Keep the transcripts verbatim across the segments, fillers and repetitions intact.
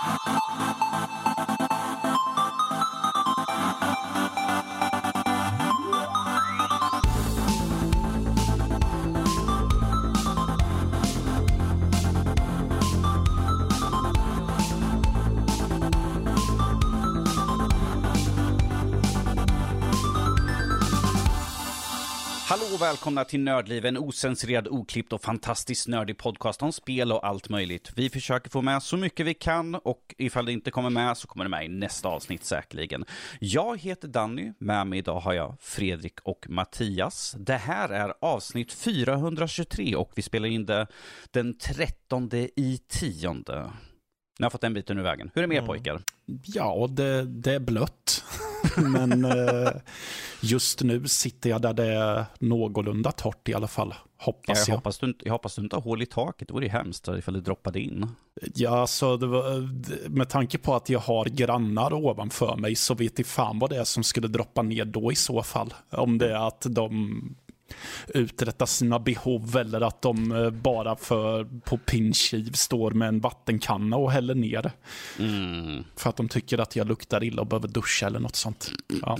Hallå och välkomna till Nördliv, en osensurerad, oklippt och fantastiskt nördig podcast om spel och allt möjligt. Vi försöker få med så mycket vi kan och ifall det inte kommer med så kommer det med i nästa avsnitt säkerligen. Jag heter Danny, med mig idag har jag Fredrik och Mattias. Det här är avsnitt fyrahundratjugotre och vi spelar in det den trettonde i tionde. Ni har fått en biten ur vägen. Hur är det med er pojkar? Ja, det, det är blött. Men eh, just nu sitter jag där det är någorlunda torrt i alla fall. Hoppas jag. Jag hoppas du inte, jag hoppas du inte har hål i taket. Det vore ju hemskt ifall det droppade in. Ja, så det var, med tanke på att jag har grannar ovanför mig så vet jag fan vad det är som skulle droppa ner då i så fall. Om det är att de uträtta sina behov eller att de bara för på pinchiv står med en vattenkanna och häller ner mm. för att de tycker att jag luktar illa och behöver duscha eller något sånt. Ja,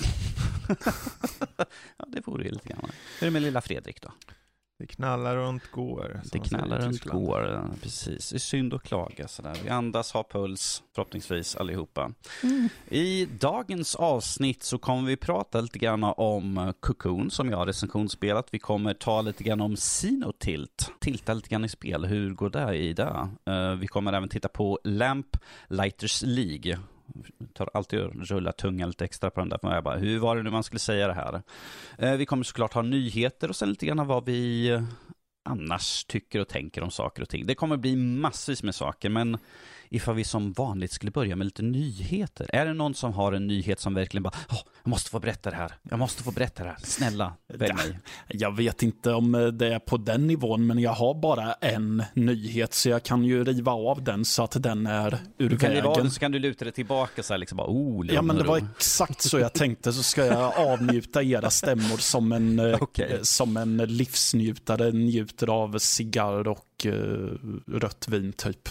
ja det vore ju lite grann. Hur är det med lilla Fredrik då? Det knallar runt går. Det knallar runt går, precis. Det är synd att klaga sådär. Vi andas, har puls, förhoppningsvis allihopa. Mm. I dagens avsnitt så kommer vi prata lite grann om Cocoon som jag har recensionsspelat. Vi kommer ta lite grann om Xenotilt. Tilta lite grann i spel. Hur går det i det? Uh, vi kommer även titta på Lamp Lighters League. Tar alltid och rullar tunga lite extra på den där. Jag bara, hur var det nu man skulle säga det här? Eh, vi kommer såklart ha nyheter och sen lite grann vad vi annars tycker och tänker om saker och ting. Det kommer bli massvis med saker, men ifall vi som vanligt skulle börja med lite nyheter. Är det någon som har en nyhet som verkligen bara, oh, jag måste få berätta det här. Jag måste få berätta det här. Snälla, välj mig. Jag vet inte om det är på den nivån, men jag har bara en nyhet så jag kan ju riva av den så att den är ur du kan vägen. Riva av den, så kan du luta det tillbaka så här liksom bara, oh, ja, men det var exakt så jag tänkte. Så ska jag avnjuta era stämmor som en, okay. som en livsnjutare njuter av cigarr och uh, rött vin typ.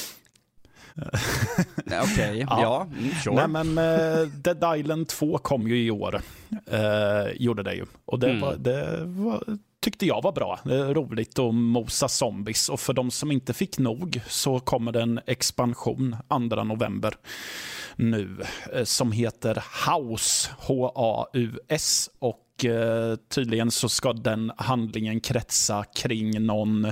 Okej, okay. ja, ja mm, sure. Nej, men uh, Dead Island två kom ju i år. Uh, gjorde det ju. Och det, mm. var, det var, tyckte jag var bra. Det är roligt att mosa zombies. Och för de som inte fick nog så kommer det en expansion andra november nu. Uh, som heter House. H A U S. Och uh, tydligen så ska den handlingen kretsa kring någon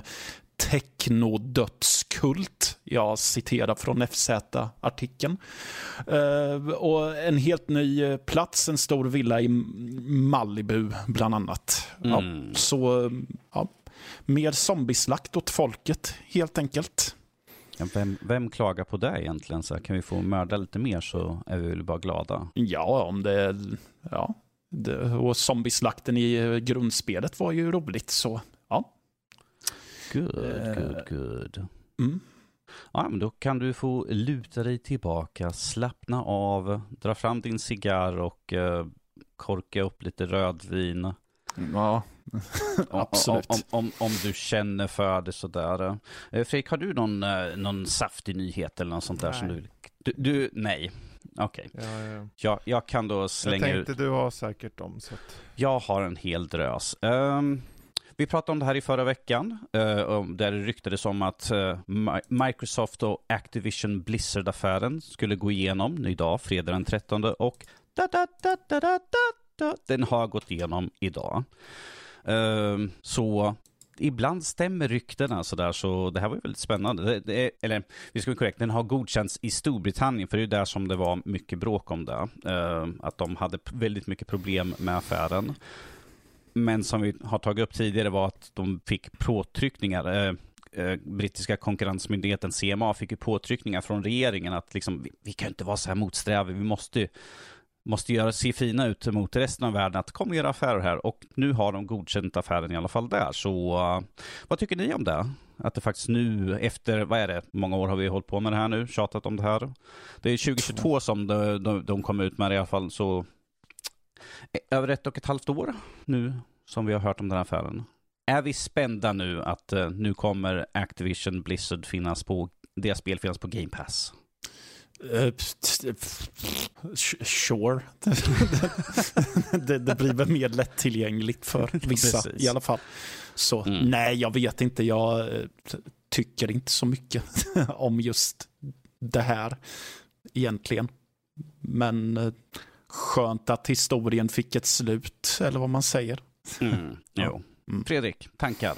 teknodödskult. Jag citerar från F Z-artikeln. Uh, och en helt ny plats, en stor villa i Malibu bland annat. Mm. Ja, så ja, mer zombieslakt åt folket helt enkelt. Ja, vem, vem klagar på det egentligen? Så kan vi få mörda lite mer så är vi väl bara glada. Ja, om det ja, det, och zombieslakten i grundspelet var ju roligt så ja. Good, good, good. Mm. Ja, men då kan du få luta dig tillbaka, slappna av, dra fram din cigarr och uh, korka upp lite rödvin. Ja, absolut. Om, om, om, om du känner för det sådär. Uh, Fredrik, har du någon, uh, någon saftig nyhet eller något sånt där? Nej. Som du, du, du, nej. Okej. Okay. Ja, ja. jag, jag kan då slänga Jag tänkte ut... du har säkert dem. Så att... Jag har en hel drös. Um, Vi pratade om det här i förra veckan, uh, där det ryktades om att uh, Microsoft och Activision Blizzard-affären skulle gå igenom idag, fredag den trettonde, och da, da, da, da, da, da, den har gått igenom idag. Uh, så ibland stämmer ryktena så där, så det här var ju väldigt spännande. Det, det är, eller, vi ska vara korrekt, den har godkänts i Storbritannien, för det är där som det var mycket bråk om det. Uh, att de hade väldigt mycket problem med affären. Men som vi har tagit upp tidigare var att de fick påtryckningar. Eh, eh, brittiska konkurrensmyndigheten C M A fick ju påtryckningar från regeringen att liksom, vi, vi kan inte vara så här motsträviga. Vi måste, måste göra, se fina ut mot resten av världen att kom göra affärer här. Och nu har de godkänt affären i alla fall där. Så uh, vad tycker ni om det? Att det faktiskt nu efter, vad är det? Många år har vi hållit på med det här nu, tjatat om det här. Det är tjugohundratjugotvå som de, de, de kom ut med det i alla fall, så över ett och ett halvt år nu som vi har hört om den här affären. Är vi spända nu att uh, nu kommer Activision Blizzard finnas på, deras spel finnas på Game Pass? Uh, sure. det, det blir väl mer lättillgängligt för vissa. Precis. I alla fall. Så mm. nej, jag vet inte. Jag tycker inte så mycket om just det här egentligen. Men uh, skönt att historien fick ett slut, eller vad man säger. Mm. Jo. Mm. Fredrik, tankar?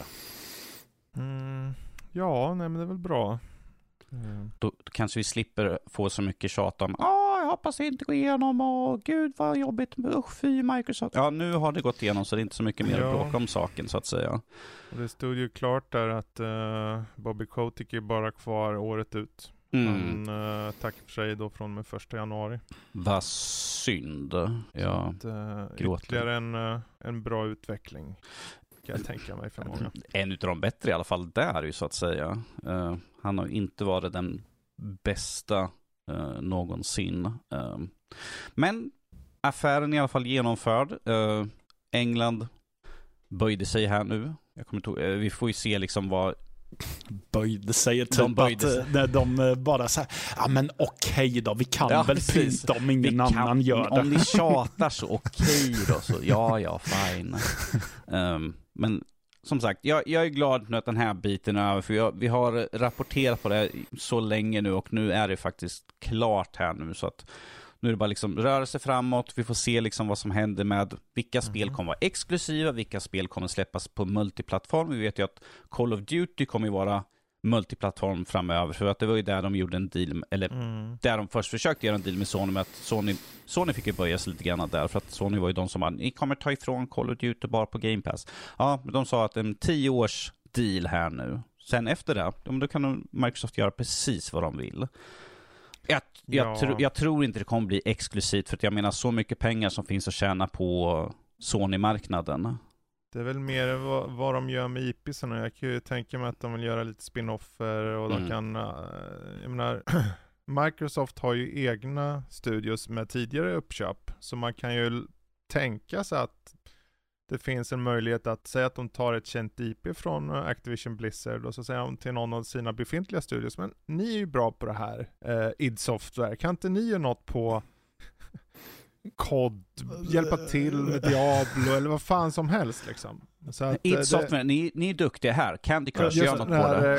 Mm. Ja, nej, men det är väl bra. Mm. Då, då kanske vi slipper få så mycket tjat om åh, jag hoppas det inte går igenom och gud vad jobbigt, usch fy Microsoft. Ja, nu har det gått igenom så det är inte så mycket mer ja. att bråka om saken så att säga. Och det stod ju klart där att uh, Bobby Kotick är bara kvar året ut. Mm. Han uh, tackar för sig då från med första januari. Vad synd. Ja, att, uh, ytterligare en, uh, en bra utveckling. Jag tänker mig för många. En av de bättre i alla fall där ju så att säga. Uh, han har inte varit den bästa uh, någonsin. Uh, men affären i alla fall genomförd. Uh, England böjde sig här nu. Jag kommer inte, uh, vi får ju se liksom vad böjde sig typ de böjde att sig. När de bara säger ja men okej okay då, vi kan ja, väl pynta om ingen vi annan kan, gör det. Om ni tjatar så okej okay då, så ja ja fine. Um, men som sagt, jag, jag är glad nu att den här biten är över, för jag, vi har rapporterat på det så länge nu och nu är det faktiskt klart här nu, så att nu är det bara liksom röra sig framåt. Vi får se liksom vad som händer med vilka spel mm. kommer vara exklusiva, vilka spel kommer släppas på multiplattform. Vi vet ju att Call of Duty kommer ju vara multiplattform framöver, för att det var ju där de gjorde en deal, eller mm. där de först försökte göra en deal med Sony, med att Sony, Sony fick ju börja sig lite grann där, för att Sony var ju de som bara, ni kommer ta ifrån Call of Duty bara på Game Pass. Ja, men de sa att en tio års deal här nu. Sen efter det, då kan Microsoft göra precis vad de vill. Jag, jag, ja. tro, jag tror inte det kommer bli exklusivt, för att jag menar så mycket pengar som finns att tjäna på Sony-marknaden. Det är väl mer vad, vad de gör med I P-serna. Jag kan ju tänka mig att de vill göra lite spin-offer och mm. de kan, jag menar, Microsoft har ju egna studios med tidigare uppköp, så man kan ju tänka sig att det finns en möjlighet att säga att de tar ett känt I P från Activision Blizzard och så säger de till någon av sina befintliga studios, men ni är ju bra på det här, eh, id Software, kan inte ni göra något på C O D, hjälpa till med Diablo eller vad fan som helst liksom. Så att, id Software, det, ni, ni är duktiga här, Candy Crush, gör något här, på det. Eh,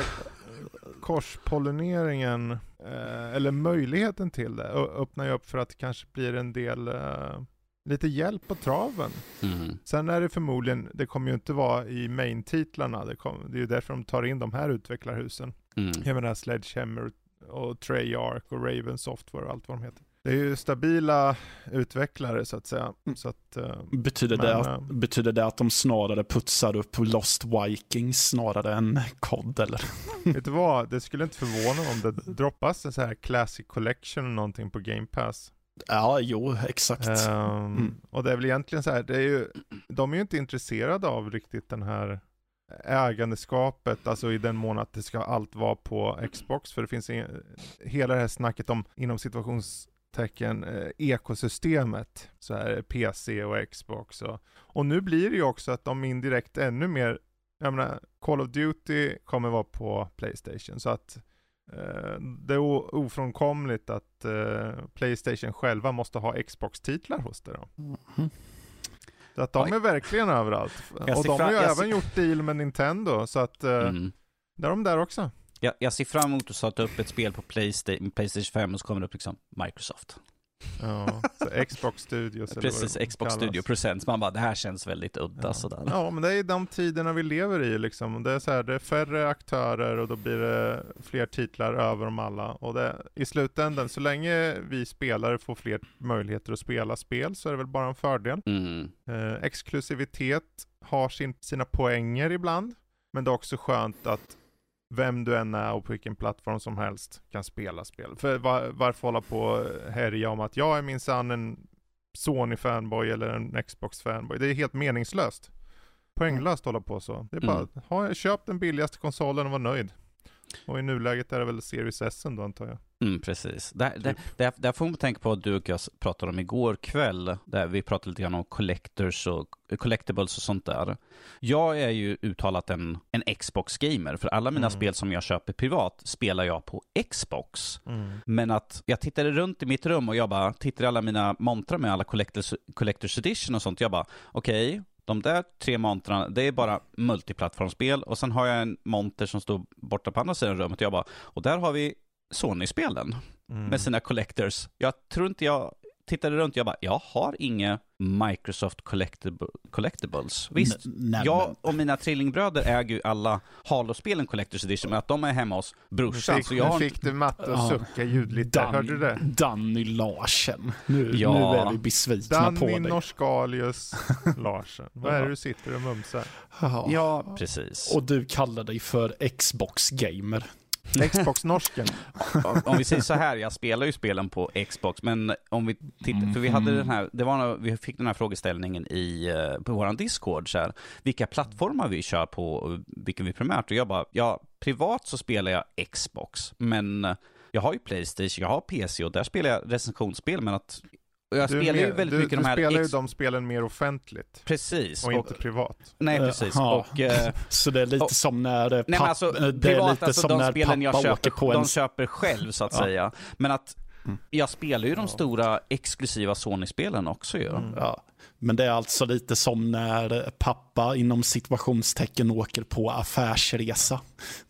korspollineringen eh, eller möjligheten till det öppnar ju upp för att det kanske blir en del eh, lite hjälp på traven. Mm. Sen är det förmodligen, det kommer ju inte vara i main-titlarna, det, kom, det är ju därför de tar in de här utvecklarhusen. Mm. Jag menar Sledgehammer och Treyarch och Raven Software och allt vad de heter. Det är ju stabila utvecklare så att säga. Så att, uh, betyder, men, det att, uh, betyder det att de snarare putsar upp Lost Vikings snarare än C O D eller? Vet du vad, det skulle inte förvåna om det droppas en så här Classic Collection eller någonting på Game Pass. Ja, jo, exakt. Um, mm. Och det är väl egentligen så här, det är ju, de är ju inte intresserade av riktigt den här ägandeskapet, alltså i den mån att det ska allt vara på Xbox, för det finns en, hela det här snacket om inom situationstecken eh, ekosystemet, så här P C och Xbox och, och nu blir det ju också att de indirekt ännu mer, jag menar, Call of Duty kommer vara på PlayStation, så att eh, det är o- ofrånkomligt att eh, PlayStation själva måste ha Xbox-titlar hos det då. Mm. Så att de Oj. är verkligen överallt. Och de har ju även ser... gjort deal med Nintendo. Så att uh, mm. där är de där också. Jag, jag ser fram emot att sätta upp ett spel på Playsta- PlayStation fem och så kommer det upp liksom Microsoft. Ja, så Xbox Studios. Precis, eller Xbox Studio Presents. Man bara, det här känns väldigt udda ja. sådär. Ja, men det är de tiderna vi lever i liksom. Det är så här, det är färre aktörer och då blir det fler titlar över dem alla. Och det, i slutändan, så länge vi spelare får fler möjligheter att spela spel så är det väl bara en fördel. Mm. Eh, exklusivitet har sin, sina poänger ibland, men det är också skönt att vem du än är och på vilken plattform som helst kan spela spel. För var, varför hålla på och härja om att jag är minsann en Sony-fanboy eller en Xbox-fanboy. Det är helt meningslöst. Poänglöst hålla på så. Det är bara, mm. ha, köp den billigaste konsolen och var nöjd. Och i nuläget är det väl Series S då, antar jag. Mm, precis. Där, typ. där, där, där får man tänka på att du och jag pratade om igår kväll, där vi pratade lite grann om collectors och collectibles och sånt där. Jag är ju uttalat en, en Xbox-gamer, för alla mina mm. spel som jag köper privat spelar jag på Xbox. Mm. Men att jag tittade runt i mitt rum och jag bara tittade i alla mina montrar med alla collectors, collectors edition och sånt. Jag bara, okej, okay, de där tre montrarna, det är bara multiplattformsspel, och sen har jag en monter som står borta på andra sidan rummet. Jag bara, och där har vi Sony-spelen mm. med sina collectors. Jag tror inte jag tittade runt, jag bara, jag har inga Microsoft collectib- Collectibles. Visst, N- jag och mina trillingbröder äger ju alla Halo-spelen Collectors Edition, men att de är hemma hos brorsan. Nu fick, så jag har fick inte... du Matte och sucka ljudligt där, hörde du det? Danny Larsen. Nu, ja. nu är vi besvikna Danny på dig. Danny Norskalius Larsen. Vad är det du sitter och mumsar? Ja. ja, precis. Och du kallar dig för Xbox-gamer. Xbox-norsken. Om vi säger så här, jag spelar ju spelen på Xbox, men om vi tittar, för vi hade den här, det var vi fick den här frågeställningen i på våran Discord så här, vilka plattformar vi kör på och vilken vi primärt, och jag bara, ja, privat så spelar jag Xbox, men jag har ju PlayStation, jag har P C och där spelar jag recensionsspel, men att jag du spelar mer, ju väldigt du, mycket du de här... Du spelar ex- ju de spelen mer offentligt. Precis. Och, och inte privat. Nej, precis. Uh, och, uh, så det är lite och, som när papp, nej, men alltså, det är privat, lite alltså, som de när spelen jag köper, på de en... köper själv så att ja. säga. Men att jag spelar ju de stora exklusiva Sony-spelen också ju. Mm. Ja. Men det är alltså lite som när pappa inom situationstecken åker på affärsresa.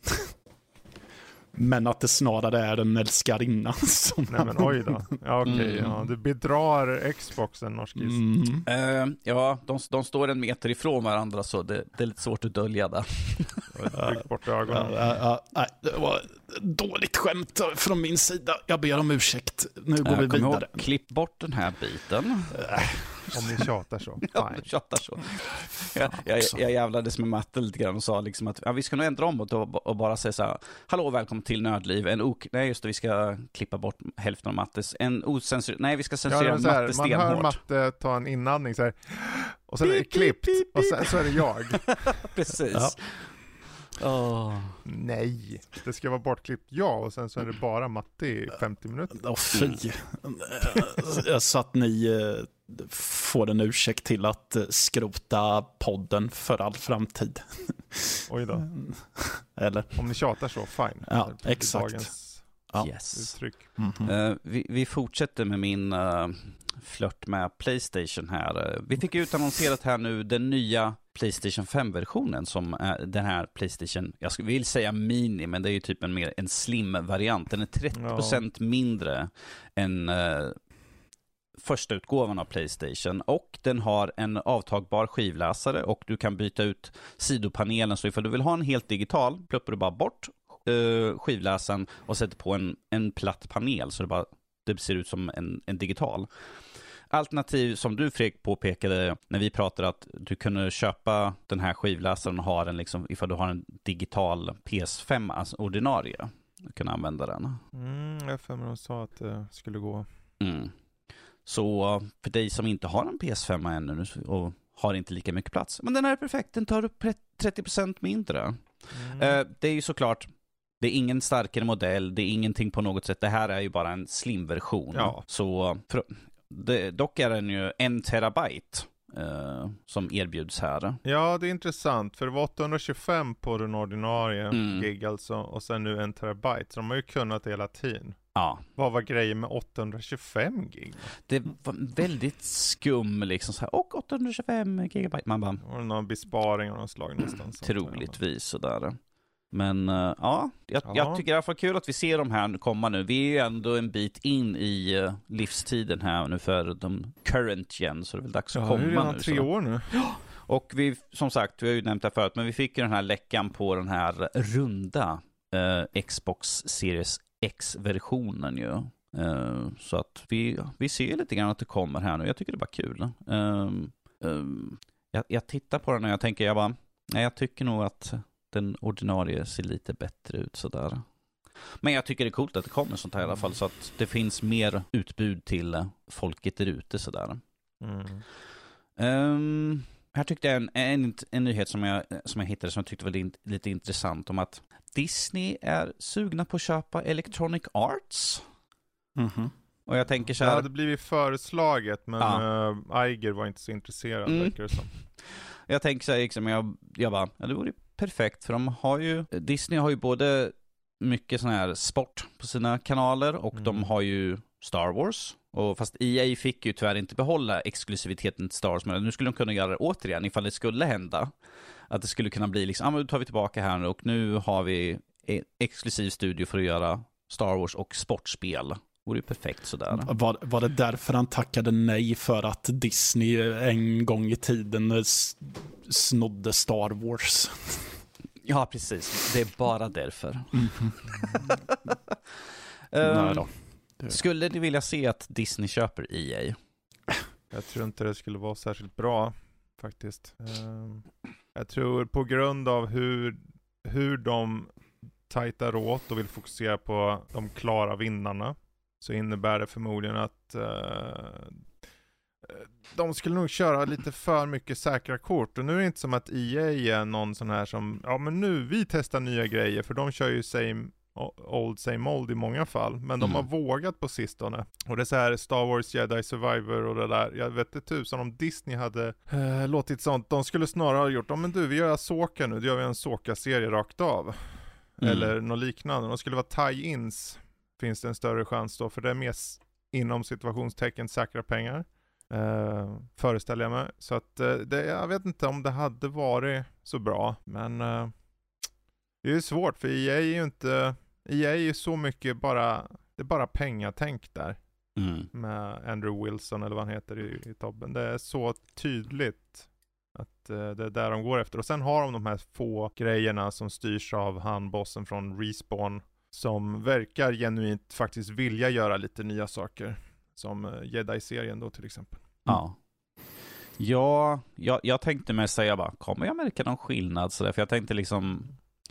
Men att det snarare är en älskarinna som... Nej men oj då. Ja, okej. Okay, mm. ja. Du bedrar Xboxen, norskis. Mm. Uh, ja, de, de står en meter ifrån varandra, så det, det är lite svårt att dölja där. Tryck bort ögonen. Uh, uh, uh, det var dåligt skämt från min sida. Jag ber om ursäkt. Nu går uh, vi vidare. Ihåg, klipp bort den här biten. Uh. Om ni tjatar så. Ja, du tjatar så. Jag, jag, jag jävlades med Matte lite grann och sa liksom att ja, vi ska nog ändra om och, och bara säga så här: hallå, välkommen till Nördliv. En ok... Nej, just det, vi ska klippa bort hälften av Mattes. En ocensur... Nej, vi ska censurera ja, Matte stenhårt. Man hör Matte ta en inandning så här, och sen är det klippt, och sen så är det jag. Precis. Ja. Oh. Nej, det ska vara bortklippt ja, och sen så är det bara Matte i femtio minuter. Åh oh, fy. Så att ni får en ursäkt till att skrota podden för all framtid. Oj då. Eller? Om ni tjatar så, fine. Ja, exakt. Ja. Yes. Mm-hmm. Uh, vi, vi fortsätter med min uh, flört med PlayStation här. Uh, vi fick utannonserat här nu den nya PlayStation fem-versionen som är den här PlayStation, jag skulle vill säga mini, men det är ju typ en mer en slim-variant. Den är trettio procent ja. mindre än uh, första utgåvan av PlayStation, och den har en avtagbar skivläsare, och du kan byta ut sidopanelen, så ifall du vill ha en helt digital pluppar du bara bort uh, skivläsaren och sätter på en, en platt panel, så det, bara, det ser ut som en, en digital. Alternativ som du, Fredrik, påpekade när vi pratade, att du kunde köpa den här skivläsaren och ha den liksom, ifall du har en digital P S fem, alltså ordinarie, du kan använda den. Mm, F M sa att det skulle gå. Mm. Så för dig som inte har en P S fem ännu och har inte lika mycket plats, men den här är perfekt, den tar upp trettio procent mindre. Mm. Uh, det är ju såklart, det är ingen starkare modell, det är ingenting på något sätt, det här är ju bara en slim-version. Ja. Så för, det, dock är den ju en terabyte uh, som erbjuds här. Ja, det är intressant, för det var åttahundratjugofem på den ordinarie mm. gig alltså, och sen nu en terabyte, så de har ju kunnat hela tiden. Ja. Vad var grejen med åttahundratjugofem gig? Det var väldigt skum liksom så här, och åttahundratjugofem gigabyte, man bara... Det var någon besparing av någon slag nästan. Troligtvis sådär. Men uh, ja, jag, jag tycker det är i alla fall kul att vi ser de här komma nu. Vi är ju ändå en bit in i uh, livstiden här nu för de current gen, så det är väl dags att ja, komma nu. Ja, det är tre år nu. Och vi, som sagt, vi har ju nämnt det förut, men vi fick ju den här läckan på den här runda uh, Xbox Series X-versionen ju. Uh, så att vi, vi ser lite grann att det kommer här nu. Jag tycker det var kul. Uh, uh, jag, jag tittar på den och jag tänker, jag bara, nej, jag tycker nog att den ordinarie ser lite bättre ut sådär. Men jag tycker det är coolt att det kommer sånt här i alla fall, så att det finns mer utbud till folket där ute sådär. Mm. Um, Här tyckte jag en, en, en nyhet som jag, som jag hittade som jag tyckte var lite, lite intressant om att Disney är sugna på att köpa Electronic Arts. Mhm. Och jag tänker så Det här... hade blivit föreslaget, men Ja. uh, Iger var inte så intresserad, Mm. verkar det som. Jag tänker så här, liksom, jag, jag bara, ja, det vore perfekt för de har ju, Disney har ju både mycket sån här sport på sina kanaler och Mm. de har ju Star Wars. Och fast E A fick ju tyvärr inte behålla exklusiviteten till Star Wars, men nu skulle de kunna göra det återigen ifall det skulle hända. Att det skulle kunna bli liksom, ja ah, men då tar vi tillbaka här nu och nu har vi en exklusiv studio för att göra Star Wars och sportspel. Det vore ju perfekt sådär. Var, var det därför han tackade nej för att Disney en gång i tiden s- snodde Star Wars? Ja, precis. Det är bara därför. Mhm. Ehm, Nej då. Skulle ni vilja se att Disney köper E A? Jag tror inte det skulle vara särskilt bra, faktiskt. Um, jag tror på grund av hur, hur de tajtar åt och vill fokusera på de klara vinnarna, så innebär det förmodligen att uh, de skulle nog köra lite för mycket säkra kort. Och nu är det inte som att E A är någon sån här som, ja men nu, vi testar nya grejer, för de kör ju same old same old i många fall, men de Mm. har vågat på sistone. Och det är så här Star Wars, Jedi Survivor och det där. Jag vet inte tusan om Disney hade eh, låtit sånt. De skulle snarare ha gjort, ja men du, vi gör Ahsoka nu, då gör vi en Ahsoka-serie rakt av. Mm. Eller något liknande. De skulle vara tie-ins, finns det en större chans då, för det är mer s- inom situationstecken säkra pengar. Eh, föreställer jag mig. Så att eh, det, jag vet inte om det hade varit så bra, men eh, det är ju svårt, för E A är ju inte, E A är ju så mycket bara, det är bara pengatänk där Mm. med Andrew Wilson eller vad han heter i, i tobben. Det är så tydligt att eh, det är där de går efter. Och sen har de de här få grejerna som styrs av han bossen från Respawn, som verkar genuint faktiskt vilja göra lite nya saker. Som eh, Jedi-serien då till exempel. Ja. Ja, jag, jag tänkte mig säga bara, kommer jag märka någon skillnad? Så där? För jag tänkte liksom,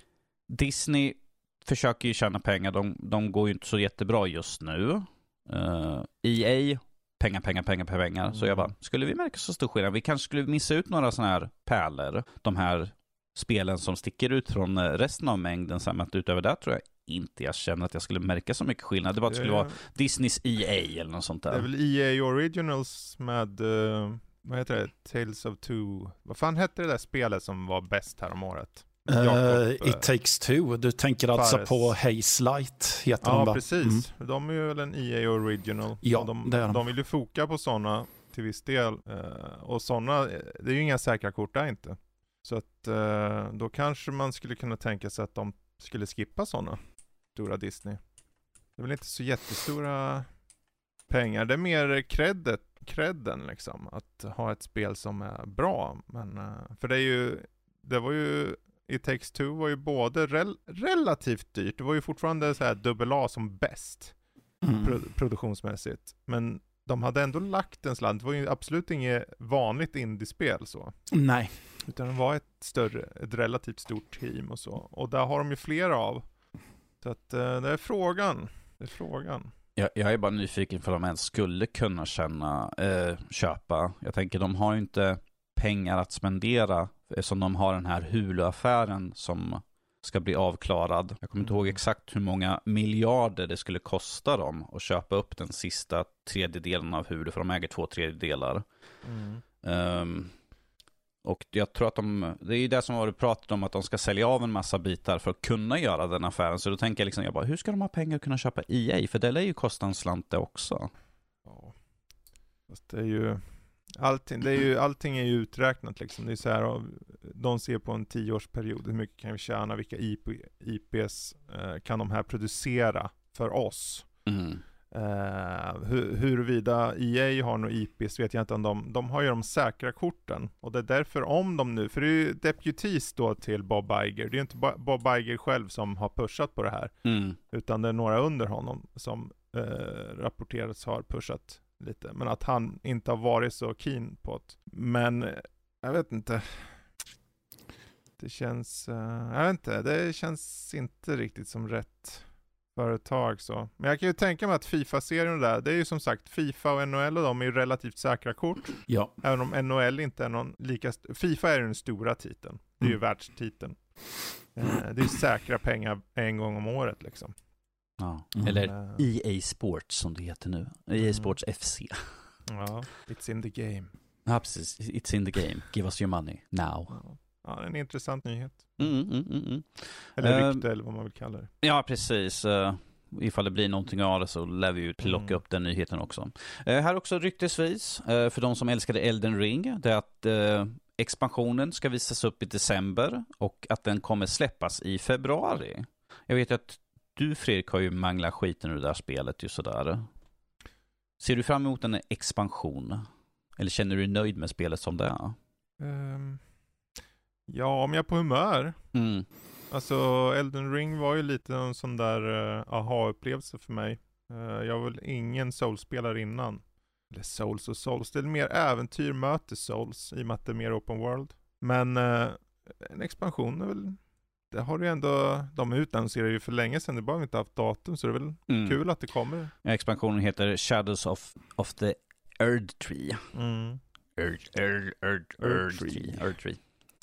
Disney försöker ju tjäna pengar, de, de går ju inte så jättebra just nu. Uh, E A, pengar, pengar, pengar, pengar. Mm. Så jag bara, skulle vi märka så stor skillnad? Vi kanske skulle missa ut några sådana här pärlor. De här spelen som sticker ut från resten av mängden. Så att utöver det tror jag inte jag känner att jag skulle märka så mycket skillnad. Det bara att det skulle vara Disneys E A eller något sånt där. Det är väl E A Originals med, uh, vad heter det? Tales of Two. Vad fan hette det där spelet som var bäst här om året? Uh, Jacob, It takes two. Du tänker alltså Fares. på Haze Light, heter de Ja, va? precis. Mm. De är ju väl en E A Original. Ja, och de, det är de. de vill ju foka på sådana till viss del. Uh, och sådana, det är ju inga säkra kort där inte. Så att uh, då kanske man skulle kunna tänka sig att de skulle skippa sådana stora Disney. Det är väl inte så jättestora pengar. Det är mer credit, credden liksom. Att ha ett spel som är bra. Men, uh, för det är ju, det var ju It takes two var ju både rel- relativt dyrt. Det var ju fortfarande så här dubbel A som bäst Mm. pro- produktionsmässigt. Men de hade ändå lagt en slant. Det var ju absolut inget vanligt indiespel så. Nej. Utan det var ett större, ett relativt stort team och så. Och där har de ju flera av. Så att uh, det är frågan. Det är frågan. Jag, jag är bara nyfiken för att de ens skulle kunna känna, eh, köpa. Jag tänker de har ju inte pengar att spendera eftersom de har den här Hulu-affären som ska bli avklarad. Jag kommer inte ihåg exakt hur många miljarder det skulle kosta dem att köpa upp den sista tredjedelen av Hulu, för de äger två tredjedelar. Mm. Um, och jag tror att de, det är ju det som har varit pratat om, att de ska sälja av en massa bitar för att kunna göra den affären. Så då tänker jag liksom, jag bara, hur ska de ha pengar att kunna köpa E A? För det lär ju kosta en slant det också. Ja. Fast det är ju allting, det är ju, allting är ju uträknat liksom. Det är så här, de ser på en tioårsperiod hur mycket kan vi tjäna, vilka I P, I Ps eh, kan de här producera för oss. Mm. Uh, hur, huruvida E A har några I Ps vet jag inte om de, de har ju de säkra korten. Och det är därför om de nu, för det är ju deputies då till Bob Iger. Det är ju inte Bob Iger själv som har pushat på det här. Mm. Utan det är några under honom som uh, rapporterats har pushat lite. Men att han inte har varit så keen på det. Men uh, jag vet inte. Det känns, uh, jag vet inte, det känns inte riktigt som rätt företag så. Men jag kan ju tänka mig att FIFA-serien där, det är ju som sagt FIFA och N H L och de är ju relativt säkra kort. Ja. Även om N H L inte är någon lika... St- FIFA är ju den stora titeln. Det är ju Mm. världstiteln. Eh, det är ju säkra pengar en gång om året liksom. Ja. Mm. Eller Eh, E A Sports som det heter nu. E A Sports F C. Ja, it's in the game. Ja, precis. It's in the game. Give us your money now. Ja, ja det är en intressant nyhet. Mm, mm, mm, mm. Eller Ehm, rykte eller vad man vill kalla det. Ja, precis. Uh, ifall det blir någonting av det så lär vi ju plocka Mm. upp den nyheten också. Uh, här också ryktesvis, uh, för de som älskade Elden Ring, det är att uh, expansionen ska visas upp i december och att den kommer släppas i februari. Jag vet ju att du, Fredrik, har ju manglat skiten ur det där spelet ju sådär. Ser du fram emot en expansion? Eller känner du dig nöjd med spelet som det är? Ehm, ja, om jag är på humör. Mm. Alltså Elden Ring var ju lite en sån där uh, aha-upplevelse för mig. Uh, jag var väl ingen Souls-spelare innan. Eller Souls och Souls. Det är mer äventyr möter Souls i och med att det är mer open world. Men uh, en expansion är väl... Det har ju ändå... De utannonserade ju för länge sedan. Det bara inte haft datum så det är väl Mm. kul att det kommer. Ja, expansionen heter Shadows of, of the Erd Tree. Mm. Erd, erd, erd, erd tree. Erd tree.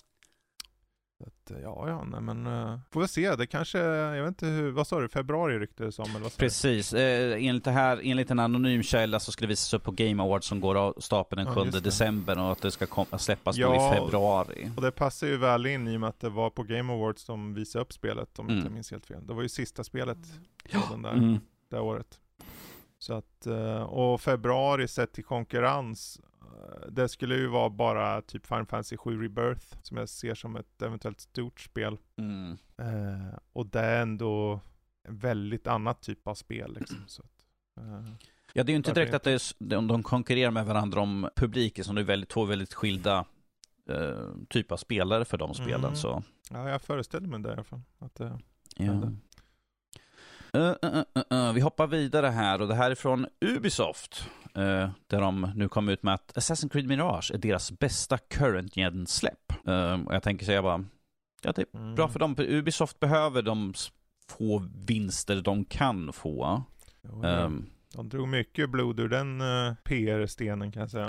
Så att, ja, ja, nej men... Uh, får vi se. Det kanske... Jag vet inte hur... Vad sa du? Februari ryktades som? Eller vad sa du? Precis. Eh, enligt, det här, enligt en anonym källa så ska det visas upp på Game Awards som går av stapeln den Ja, sjunde just det. december och att det ska kom, släppas Ja. då i februari. Och det passar ju väl in i och med att det var på Game Awards som visade upp spelet, om Mm. inte jag minns helt fel. Det var ju sista spelet på den där, Mm. det året. Så att, eh, och februari sett till konkurrens, eh, det skulle ju vara bara typ Final Fantasy sju Rebirth, som jag ser som ett eventuellt stort spel. Mm. Eh, och det är ändå en väldigt annat typ av spel liksom. Så att, eh, Ja, det är ju inte Varför direkt att det är, s- de, de konkurrerar med varandra om publiken, som det är väldigt, två väldigt skilda eh, typer av spelare för de spelen. Mm. Så. ja, jag föreställer mig det i alla fall. Att, eh, Ja. Ja. Uh, uh, uh, uh. Vi hoppar vidare här och det här är från Ubisoft uh, där de nu kom ut med att Assassin's Creed Mirage är deras bästa current gen släpp. Uh, och jag tänker säga bara, ja, det är mm. bra för dem. Ubisoft behöver de s- få vinster de kan få. Jo, ja. Um, De drog mycket blod ur den uh, P R-stenen kan jag säga.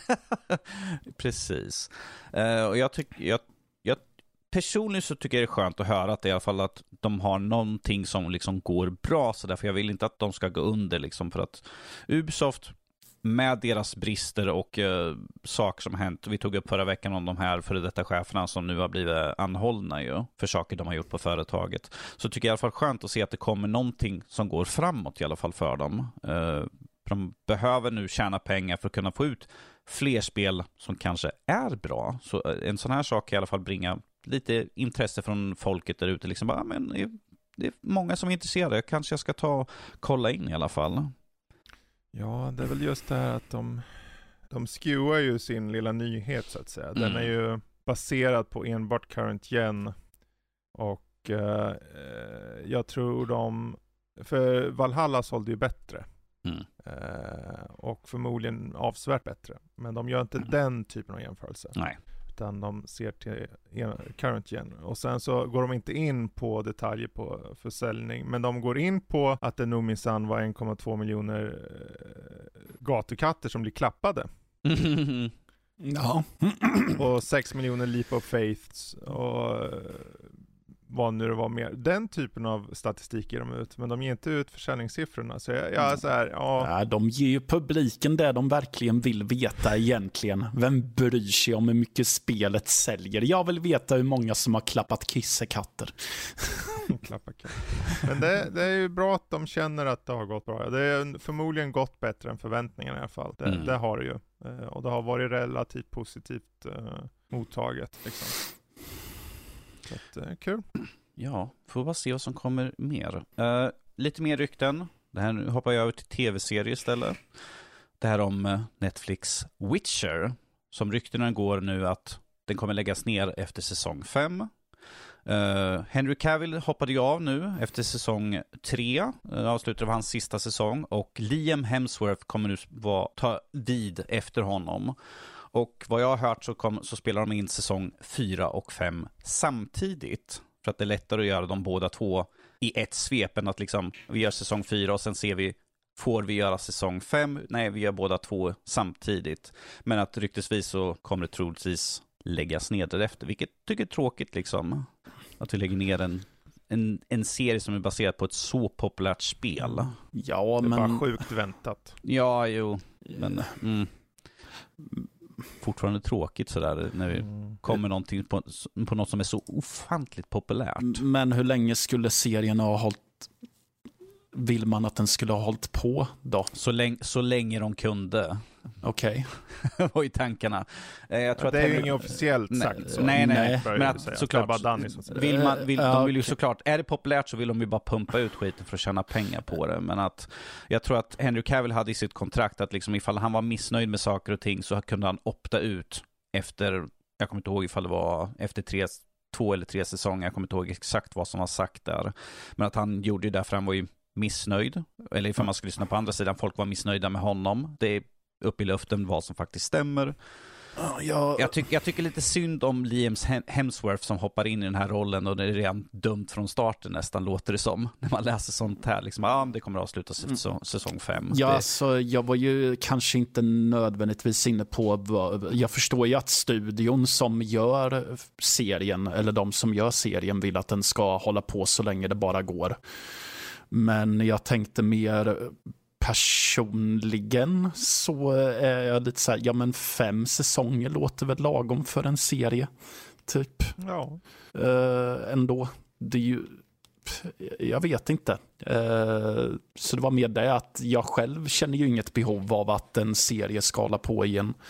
Precis. Uh, och jag tycker, jag, jag personligen så tycker jag det är skönt att höra att det i alla fall att de har någonting som liksom går bra, så därför jag vill inte att de ska gå under liksom, för att Ubisoft med deras brister och uh, saker som har hänt, vi tog upp förra veckan om de här före detta cheferna som nu har blivit anhållna ju, för saker de har gjort på företaget, så tycker jag i alla fall skönt att se att det kommer någonting som går framåt i alla fall för dem. Uh, de behöver nu tjäna pengar för att kunna få ut fler spel som kanske är bra, så uh, en sån här sak kan i alla fall bringa lite intresse från folket där ute. Liksom bara, men det är, det är många som är intresserade. Kanske jag ska ta och kolla in i alla fall. Ja, det är väl just det här att de, de skewar ju sin lilla nyhet så att säga. Den Mm. är ju baserad på enbart current gen. Och eh, jag tror de... För Valhalla sålde ju bättre. Mm. Eh, och förmodligen avsevärt bättre. Men de gör inte Mm. den typen av jämförelse. Nej. Utan de ser till en- current gen. Och sen så går de inte in på detaljer på försäljning. Men de går in på att det nog minsann var en komma två miljoner eh, gatukatter som blir klappade. Ja. Och sex miljoner leap of faiths. Och eh, vad nu det var mer. Den typen av statistik ger de ut. Men de ger inte ut försäljningssiffrorna. Så jag, jag är så här, ja. Ja, de ger ju publiken det de verkligen vill veta egentligen. Vem bryr sig om hur mycket spelet säljer? Jag vill veta hur många som har klappat kissekatter. Klappa katt. Men det, det är ju bra att de känner att det har gått bra. Det är förmodligen gått bättre än förväntningarna i alla fall. Det, Mm. det har det ju. Eh, och det har varit relativt positivt eh, mottaget. Liksom. Så att, eh, kul. Ja, får bara se vad som kommer mer. Uh, lite mer rykten. Det här, nu hoppar jag över till tv-serie istället. Det här om uh, Netflix Witcher. Som ryktena går nu att den kommer läggas ner efter säsong fem. Uh, Henry Cavill hoppade ju av nu efter säsong tre. Uh, avslutade av hans sista säsong. Och Liam Hemsworth kommer nu vara, ta vid efter honom. Och vad jag har hört så, kom, så spelar de in säsong fyra och fem samtidigt. För att det är lättare att göra de båda två i ett svep än att liksom vi gör säsong fyra och sen ser vi, får vi göra säsong fem? Nej, vi gör båda två samtidigt. Men att ryktesvis så kommer det troligtvis läggas ner därefter, vilket tycker är tråkigt liksom. Att vi lägger ner en, en, en serie som är baserad på ett så populärt spel. Ja, det är men... bara sjukt väntat. Ja, jo. Men... Mm. Fortfarande tråkigt sådär när vi mm. kommer någonting på, på något som är så ofantligt populärt. Men hur länge skulle serien ha hållit, vill man att den skulle ha hållit på då? Så länge, så länge de kunde. Okej. Okay. Var i tankarna. Jag tror ja, det att är ju inget officiellt nej, sagt så. Nej, nej. nej. Men att, såklart, bara Danny som vill man, vill, de vill ju okay. såklart, är det populärt så vill de ju bara pumpa ut skiten för att tjäna pengar på det. Men att jag tror att Henry Cavill hade i sitt kontrakt att liksom ifall han var missnöjd med saker och ting så kunde han opta ut efter, jag kommer inte ihåg ifall det var efter tre, två eller tre säsonger, jag kommer inte ihåg exakt vad som var sagt där. Men att han gjorde det därför han var ju missnöjd. Eller ifall man skulle lyssna på andra sidan, folk var missnöjda med honom. Det är upp i luften vad som faktiskt stämmer. Jag... Jag, tyck, jag tycker lite synd om Liam Hemsworth som hoppar in i den här rollen och det är redan dumt från starten nästan, låter det som. När man läser sånt här, liksom, ah, det kommer att avslutas efter mm. säsong fem. Ja, det... alltså, jag var ju kanske inte nödvändigtvis inne på, jag förstår ju att studion som gör serien, eller de som gör serien vill att den ska hålla på så länge det bara går. Men jag tänkte mer... Personligen så är jag lite så här, ja men fem säsonger låter väl lagom för en serie, typ. Ja. Uh, ändå, det är ju, jag vet inte. Uh, så det var mer det att jag själv känner ju inget behov av att en serie ska hålla på i en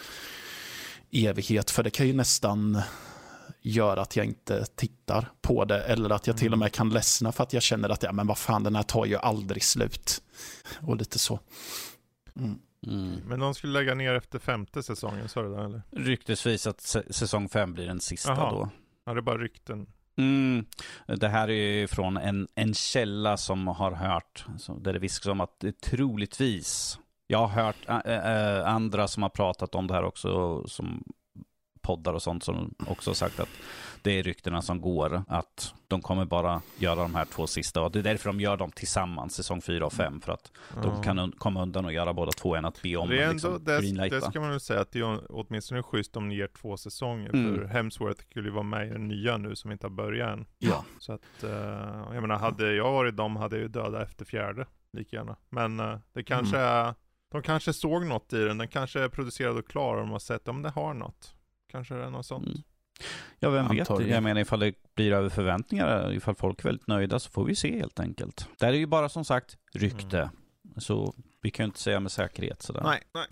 evighet, för det kan ju nästan gör att jag inte tittar på det, eller att jag till och med kan ledsna för att jag känner att ja, men vad fan, den här tar ju aldrig slut. Och lite så. Mm. Mm. Men de skulle lägga ner efter femte säsongen, så är det där, eller? Ryktesvis att s- säsong fem blir den sista. Aha. Då. Ja, det är bara rykten. Mm. Det här är ju från en, en källa som har hört, så där det viskas om att det troligtvis, jag har hört ä- ä- andra som har pratat om det här också, som poddar och sånt som också har sagt att det är ryktena som går, att de kommer bara göra de här två sista, och det är därför de gör dem tillsammans, säsong fyra och fem, för att mm. de kan un- komma undan och göra båda två än att be om det, är ändå, liksom, det, det ska man väl säga att det är åtminstone schysst om ni ger två säsonger, mm. för Hemsworth skulle ju vara med i den nya nu som inte har börjat än. Ja. Så att, uh, jag menar, hade jag varit dem hade jag ju döda efter fjärde, lika gärna. Men uh, det kanske mm. är, de kanske såg något i den, den kanske är producerad och klar, och de har sett om det har något. Kanske det är något sånt. Mm. Ja, vem vet. Jag menar, ifall det blir över förväntningar, ifall folk är väldigt nöjda, så får vi se helt enkelt. Det är ju bara som sagt rykte. Mm. Så vi kan ju inte säga med säkerhet sådär. Nej, nej.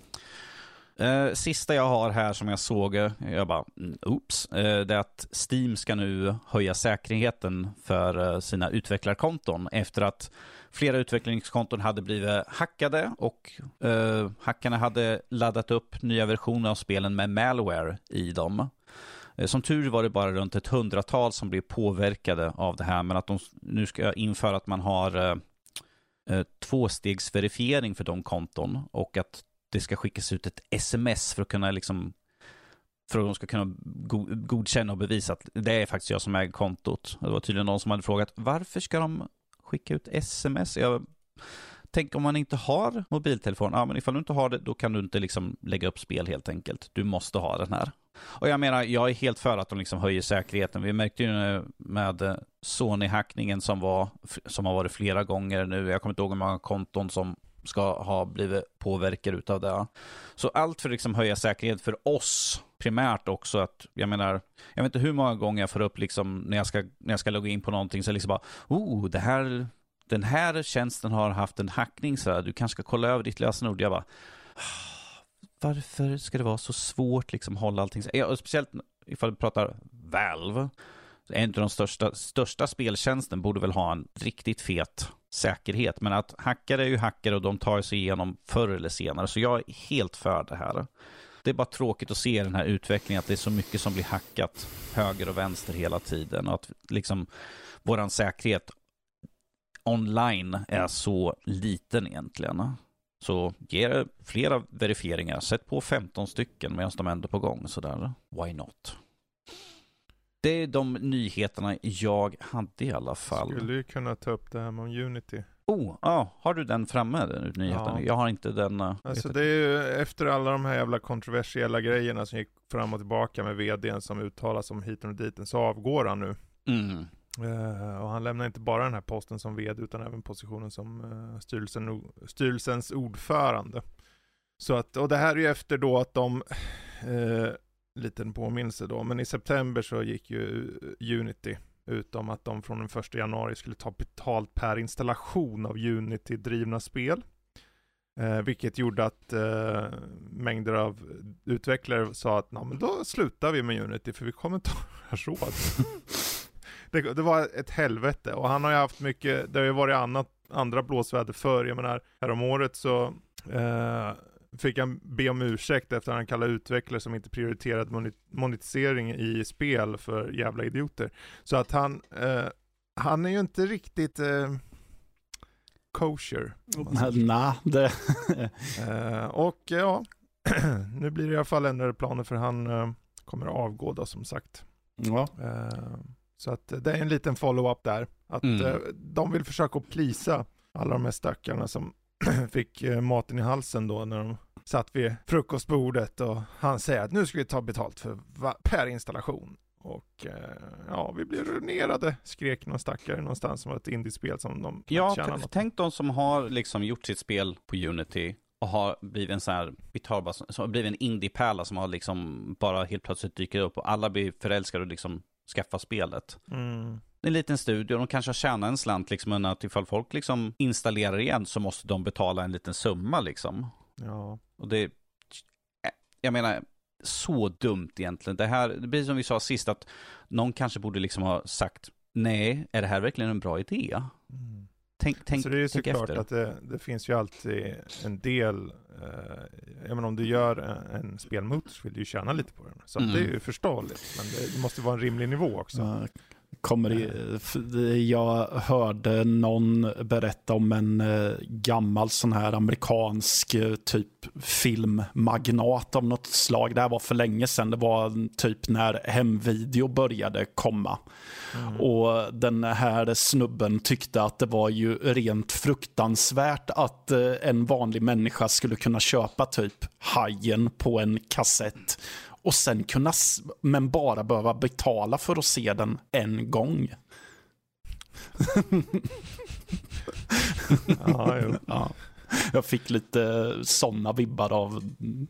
Uh, sista jag har här som jag såg, jag bara, oops, uh, det är att Steam ska nu höja säkerheten för uh, sina utvecklarkonton efter att flera utvecklingskonton hade blivit hackade och uh, hackarna hade laddat upp nya versioner av spelen med malware i dem. Uh, som tur var det bara runt ett hundratal som blev påverkade av det här, men att de nu ska införa att man har uh, uh, tvåstegsverifiering för de konton, och att det ska skickas ut ett sms för att kunna liksom, för att de ska kunna go- godkänna och bevisa att det är faktiskt jag som äger kontot. Det var tydligen någon som hade frågat, varför ska de skicka ut sms? Jag tänker, om man inte har mobiltelefon, ja, men ifall du inte har det, då kan du inte liksom lägga upp spel helt enkelt. Du måste ha den här. Och jag menar, jag är helt för att de liksom höjer säkerheten. Vi märkte ju med Sony-hackningen som var, som har varit flera gånger nu. Jag kommer inte ihåg hur många konton som ska ha blivit påverkade utav det. Så allt för att liksom höja säkerhet för oss primärt också, att jag menar, jag vet inte hur många gånger jag får upp liksom när jag ska, när jag ska logga in på någonting, så liksom bara, oh, det här, den här tjänsten har haft en hackning, så här, du kanske ska kolla över ditt lösenord. Jag bara, varför ska det vara så svårt liksom hålla allting? Ja, och speciellt ifall vi pratar Valve, en av de största, största speltjänsten borde väl ha en riktigt fet säkerhet, men att hackare är ju hackare och de tar sig igenom förr eller senare, så jag är helt för det här. Det är bara tråkigt att se den här utvecklingen, att det är så mycket som blir hackat höger och vänster hela tiden, och att liksom våran säkerhet online är så liten egentligen. Så ge det flera verifieringar, sätt på femton stycken medan de ändå är på gång, sådär. Why not? Det är de nyheterna jag hade i alla fall. Skulle ju kunna ta upp det här med Unity. Oh, ja. Har du den framme, den nyheten? Ja. Jag har inte den. Uh, alltså det är ju efter alla de här jävla kontroversiella grejerna som gick fram och tillbaka med vdn som uttalas om hiten och diten, så avgår han nu. Mm. Uh, och han lämnar inte bara den här posten som vd utan även positionen som uh, styrelsen, styrelsens ordförande. Så att, och det här är ju efter då att de uh, liten påminnelse då, men i september så gick ju Unity ut om att de från den första januari skulle ta betalt per installation av Unity-drivna spel. Eh, vilket gjorde att eh, mängder av utvecklare sa att nej, men då slutar vi med Unity för vi kommer inte ha råd. det, det var ett helvete, och han har ju haft mycket, det har ju varit annat, andra blåsväder för. Jag menar, härom året så eh, fick han be om ursäkt efter att han kallade utvecklare som inte prioriterat monetisering i spel för jävla idioter. Så att han eh, han är ju inte riktigt eh, kosher. Nej, det... eh, och ja, nu blir det i alla fall ändrade planer för han eh, kommer att avgå då, som sagt. Ja. Eh, så att det är en liten follow-up där. Att mm. eh, de vill försöka att plisa alla de här stackarna som fick eh, maten i halsen då när de satt vid frukostbordet, och han säger att nu ska vi ta betalt för va- per installation. Och eh, ja, vi blir ruinerade, skrek någon stackare någonstans som var ett indiespel som de ja, tjänar t- något. Tänk de som har liksom gjort sitt spel på Unity och har blivit en så här, vi tar bara, som har blivit en indie-pärla som har liksom bara helt plötsligt dyker upp och alla blir förälskade och liksom skaffar spelet. Mm. En liten studio, de kanske har tjänat en slant liksom, att ifall folk liksom installerar igen så måste de betala en liten summa liksom. Ja. Och det, jag menar, så dumt egentligen. Det här, det blir som vi sa sist, att någon kanske borde liksom ha sagt, nej, är det här verkligen en bra idé? Mm. Tänk, tänk, så det är ju tänk såklart efter. att det, det finns ju alltid en del, eh, jag menar, om du gör en, en spelmotor så vill du ju tjäna lite på den. Så mm. det är ju förståeligt, men det, det måste vara en rimlig nivå också. Ja. Kommer i, jag hörde någon berätta om en eh, gammal sån här amerikansk eh, typ filmmagnat av något slag. Det här var för länge sedan. Det var typ när hemvideo började komma. Mm. Och den här snubben tyckte att det var ju rent fruktansvärt att eh, en vanlig människa skulle kunna köpa typ Hajen på en kassett och sen kunna, men bara behöva betala för att se den en gång. ja, jo. Ja. Jag fick lite sådana vibbar av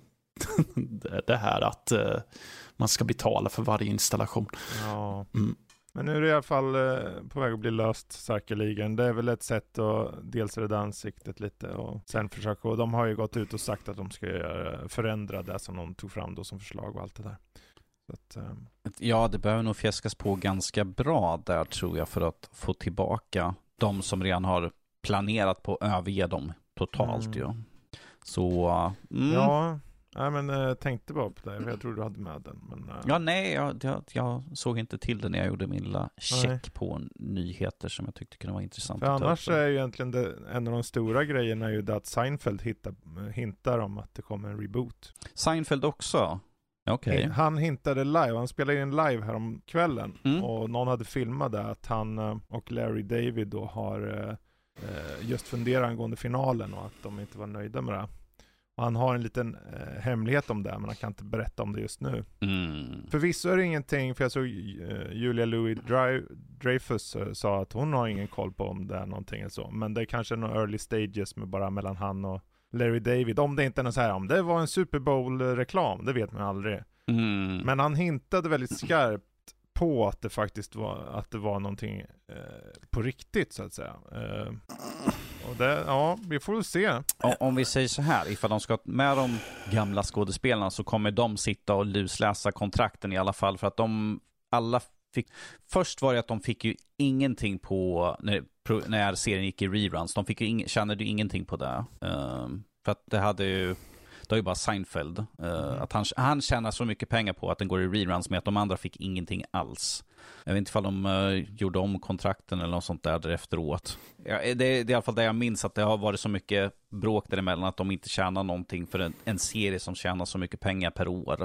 det här att uh, man ska betala för varje installation. Ja. Mm. Men nu är det i alla fall eh, på väg att bli löst säkerligen. Det är väl ett sätt att dels rädda ansiktet lite och sen försöka, och de har ju gått ut och sagt att de ska göra, förändra det som de tog fram då som förslag och allt det där. Så att, eh. Ja, det behöver nog fjäskas på ganska bra där tror jag för att få tillbaka de som redan har planerat på att överge dem totalt. Mm. Ja. Så, mm. ja. Nej, men jag äh, tänkte bara på det, för jag tror du hade med den. Men, äh... Ja, nej, jag, jag, jag såg inte till det när jag gjorde min lilla check på nyheter som jag tyckte kunde vara intressant. För annars är ju egentligen det, en av de stora grejerna är ju det att Seinfeld hittar, hintar om att det kommer en reboot. Seinfeld också? Okej. Okay. Han hintade live, han spelade in live här om kvällen mm. och någon hade filmat det att han och Larry David då har äh, just funderat angående finalen och att de inte var nöjda med det. Han har en liten eh, hemlighet om det, men han kan inte berätta om det just nu. Mm. Förvisso är det ingenting, för jag såg eh, Julia Louis-Dreyfus eh, sa att hon har ingen koll på om det är någonting eller så. Men det är kanske några early stages med bara mellan han och Larry David. Om det inte är något så här, om det var en Super Bowl-reklam, det vet man aldrig. Mm. Men han hintade väldigt skarpt på att det faktiskt var, att det var någonting eh, på riktigt så att säga. Eh, och det, ja, vi får väl se. Om vi säger så här, ifall de ska med de gamla skådespelarna så kommer de sitta och lusläsa kontrakten i alla fall, för att de alla fick, först var det att de fick ju ingenting på när, när serien gick i reruns, de fick ju ing, tjänade ju ingenting på det. Um, för att det hade ju det var ju bara Seinfeld. Uh, mm. Att han, han tjänar så mycket pengar på att den går i reruns med att de andra fick ingenting alls. Jag vet inte ifall de uh, gjorde om kontrakten eller något sånt där efteråt. Ja, det, det är i alla fall det jag minns, att det har varit så mycket bråk däremellan att de inte tjänar någonting för en, en serie som tjänar så mycket pengar per år.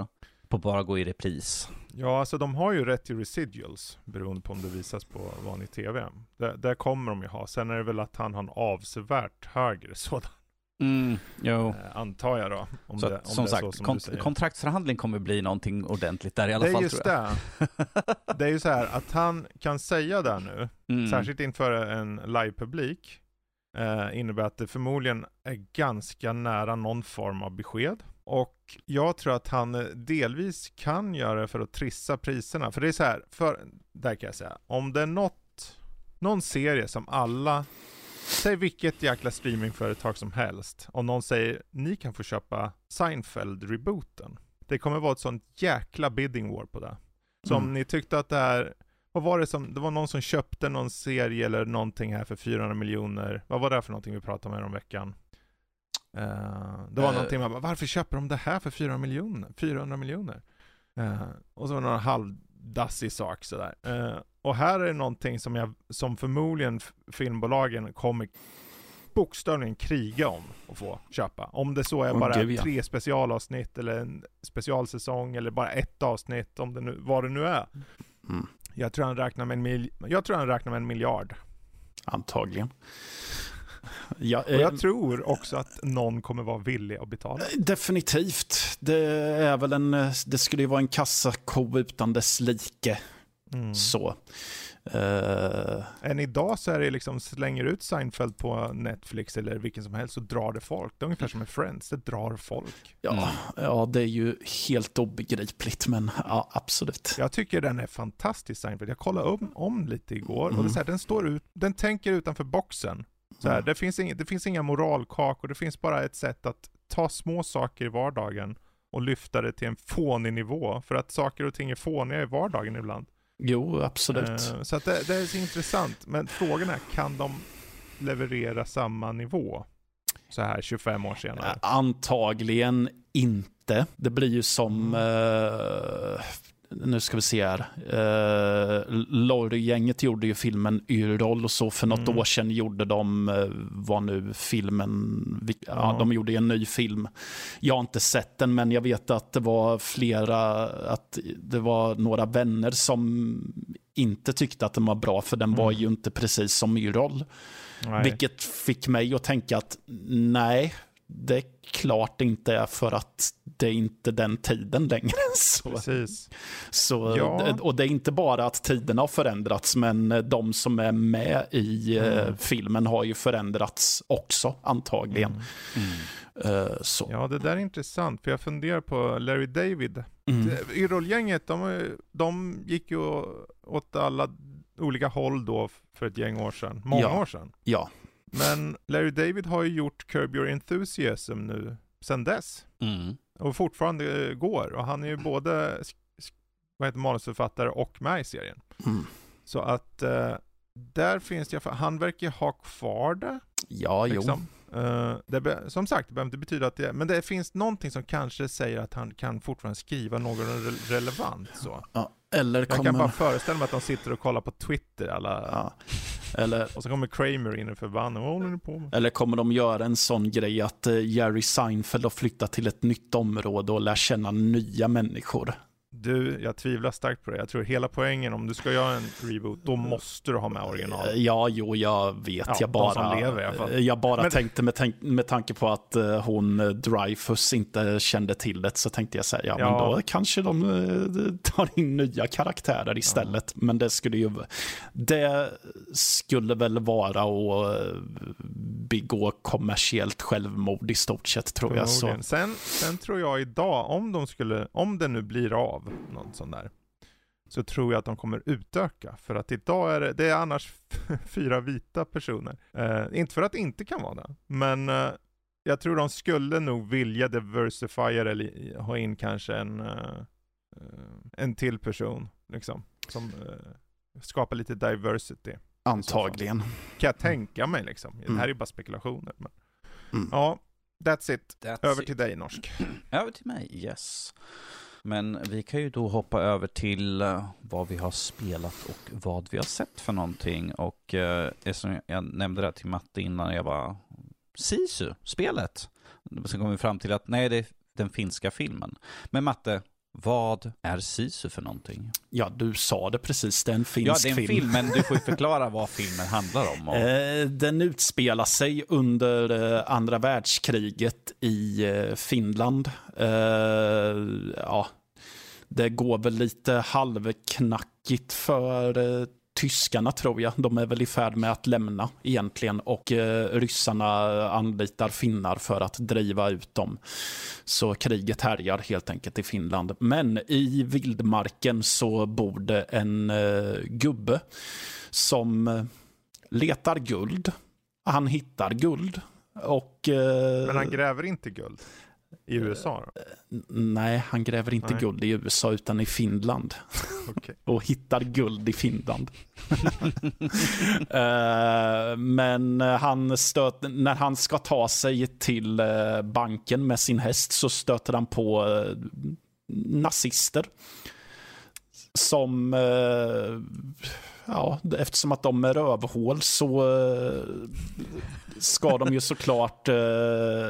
på bara gå i repris. Ja, alltså de har ju rätt till residuals beroende på om det visas på vanlig tv. Där, där kommer de ju ha. Sen är det väl att han har en avsevärt högre sådan. Mm, jo. Eh, antar jag då. Om så, det, om som det är sagt, så som kont- du säger. kontraktsförhandling kommer bli någonting ordentligt där i alla det är fall. Just tror jag. det. Det är ju så här att han kan säga där nu, Mm. särskilt inför en live-publik, eh, innebär att det förmodligen är ganska nära någon form av besked. Och jag tror att han delvis kan göra det för att trissa priserna. För det är så här, för, där kan jag säga, om det är något, någon serie som alla, säg vilket jäkla streamingföretag som helst, och någon säger, ni kan få köpa Seinfeld-rebooten. Det kommer vara ett sånt jäkla bidding war på det. Så om Mm. ni tyckte att det här, vad var det som, det var någon som köpte någon serie eller någonting här för fyrahundra miljoner. Vad var det för någonting vi pratade med om veckan? Uh, det var uh, någonting man bara, varför köper de det här för fyra miljoner? fyrahundra miljoner? Uh, och så var det några halvdassig sak sådär. Uh, och här är det någonting som, jag, som förmodligen f- filmbolagen kommer bokstavligen kriga om att få köpa. Om det så är oh, bara gud, ja. tre specialavsnitt eller en specialsäsong eller bara ett avsnitt, om det nu, vad det nu är. Mm. Jag tror han räknar med en mil- jag tror han räknar med en miljard. Antagligen. Ja, och jag eh, tror också att någon kommer vara villig att betala. Definitivt. Det är väl en, det skulle ju vara en kassako utan dess like. Mm. Så. Uh... Än idag så är det liksom, slänger ut Seinfeld på Netflix eller vilken som helst så drar det folk. Det är ungefär som med Friends, det drar folk. Ja, mm. ja, det är ju helt obegripligt, men ja, absolut. Jag tycker den är fantastisk, Seinfeld. Jag kollade om, om lite igår mm. och det är så här, den står ut, den tänker utanför boxen. Så här, mm. det, finns inga, det finns inga moralkakor, det finns bara ett sätt att ta små saker i vardagen och lyfta det till en fånig nivå. För att saker och ting är fåniga i vardagen ibland. Jo, absolut. Uh, så att det, det är så intressant. Men frågan är, kan de leverera samma nivå så här tjugofem år senare? Antagligen inte. Det blir ju som... Mm. Uh, nu ska vi se här. Uh, Laurie-gänget gjorde ju filmen Yrrol och så för något mm. år sedan gjorde de, uh, vad nu filmen, ja, ja, de gjorde en ny film. Jag har inte sett den, men jag vet att det var flera, att det var några vänner som inte tyckte att den var bra, för den mm. var ju inte precis som Yrrol. Nej. Vilket fick mig att tänka att nej, det är klart inte är, för att det är inte den tiden längre. Så, Precis. Så, ja. Och det är inte bara att tiden har förändrats, men de som är med i mm. filmen har ju förändrats också, antagligen. Mm. Mm. Så. Ja, det där är intressant, för jag funderar på Larry David. Mm. Yrrol-gänget, de, de gick ju åt alla olika håll då för ett gäng år sedan. Många ja. år sedan. Ja. Men Larry David har ju gjort Curb Your Enthusiasm nu sedan dess. Mm. Och fortfarande går. Och han är ju både vad heter, manusförfattare och med i serien. Mm. Så att uh, där finns det, han verkar ha kvar det. Ja, liksom. jo. Uh, det be, som sagt, det behöver inte betyda att det, men det finns någonting som kanske säger att han kan fortfarande skriva något re- relevant. Så. Ja. Eller jag kommer... kan bara föreställa mig att de sitter och kollar på Twitter alla... Ja. Eller... och så kommer Kramer in och förbannar. Vad håller ni på med? Eller kommer de göra en sån grej att Jerry Seinfeld har flyttat till ett nytt område och lär känna nya människor? Du, jag tvivlar starkt på det. Jag tror hela poängen, om du ska göra en reboot, då måste du ha med original. Ja, jo, jag vet. Ja, jag bara, som lever, i alla fall. jag bara Men... tänkte med, tank, med tanke på att uh, hon Dreyfus inte kände till det, så tänkte jag säga, ja, ja. men då kanske de uh, tar in nya karaktärer istället. Ja. Men det skulle ju det skulle väl vara att uh, begå kommersiellt självmord i stort sett, tror jag. Så. Sen, sen tror jag idag, om de skulle, om det nu blir av någon sån där, så tror jag att de kommer utöka. För att idag är det, det är annars fyra vita personer. Eh, inte för att det inte kan vara det, men eh, jag tror de skulle nog vilja diversifiera eller ha in kanske en eh, en till person liksom, som eh, skapar lite diversity. Antagligen. Kan jag tänka mig liksom. Det här mm. är ju bara spekulationer. Men... Mm. Ja, that's it. That's över it. till dig, Norsk. Över till mig, yes. Men vi kan ju då hoppa över till uh, vad vi har spelat och vad vi har sett för någonting. Och uh, som jag nämnde det till Matte innan, jag var Sisu, spelet. Sen kom vi fram till att nej, det är den finska filmen. Men Matte, Vad är Sisu för någonting? Ja, du sa det precis. Det är en finsk Ja, det är en film, film. men du får ju förklara vad filmen handlar om. Och... Eh, den utspelar sig under eh, andra världskriget i eh, Finland. Eh, ja, det går väl lite halvknackigt för eh, tyskarna, tror jag. De är väl i färd med att lämna egentligen, och eh, ryssarna anlitar finnar för att driva ut dem. Så kriget härjar helt enkelt i Finland. Men i vildmarken så bor det en eh, gubbe som eh, letar guld. Han hittar guld. Och, eh, Men han gräver inte guld i U S A då? Nej, han gräver inte Nej. guld i U S A utan i Finland. Okay. Och hittar guld i Finland. uh, men han stöt, när han ska ta sig till uh, banken med sin häst så stöter han på uh, nazister. Som, uh, ja, eftersom att de är rövhål så uh, ska de ju såklart... Uh,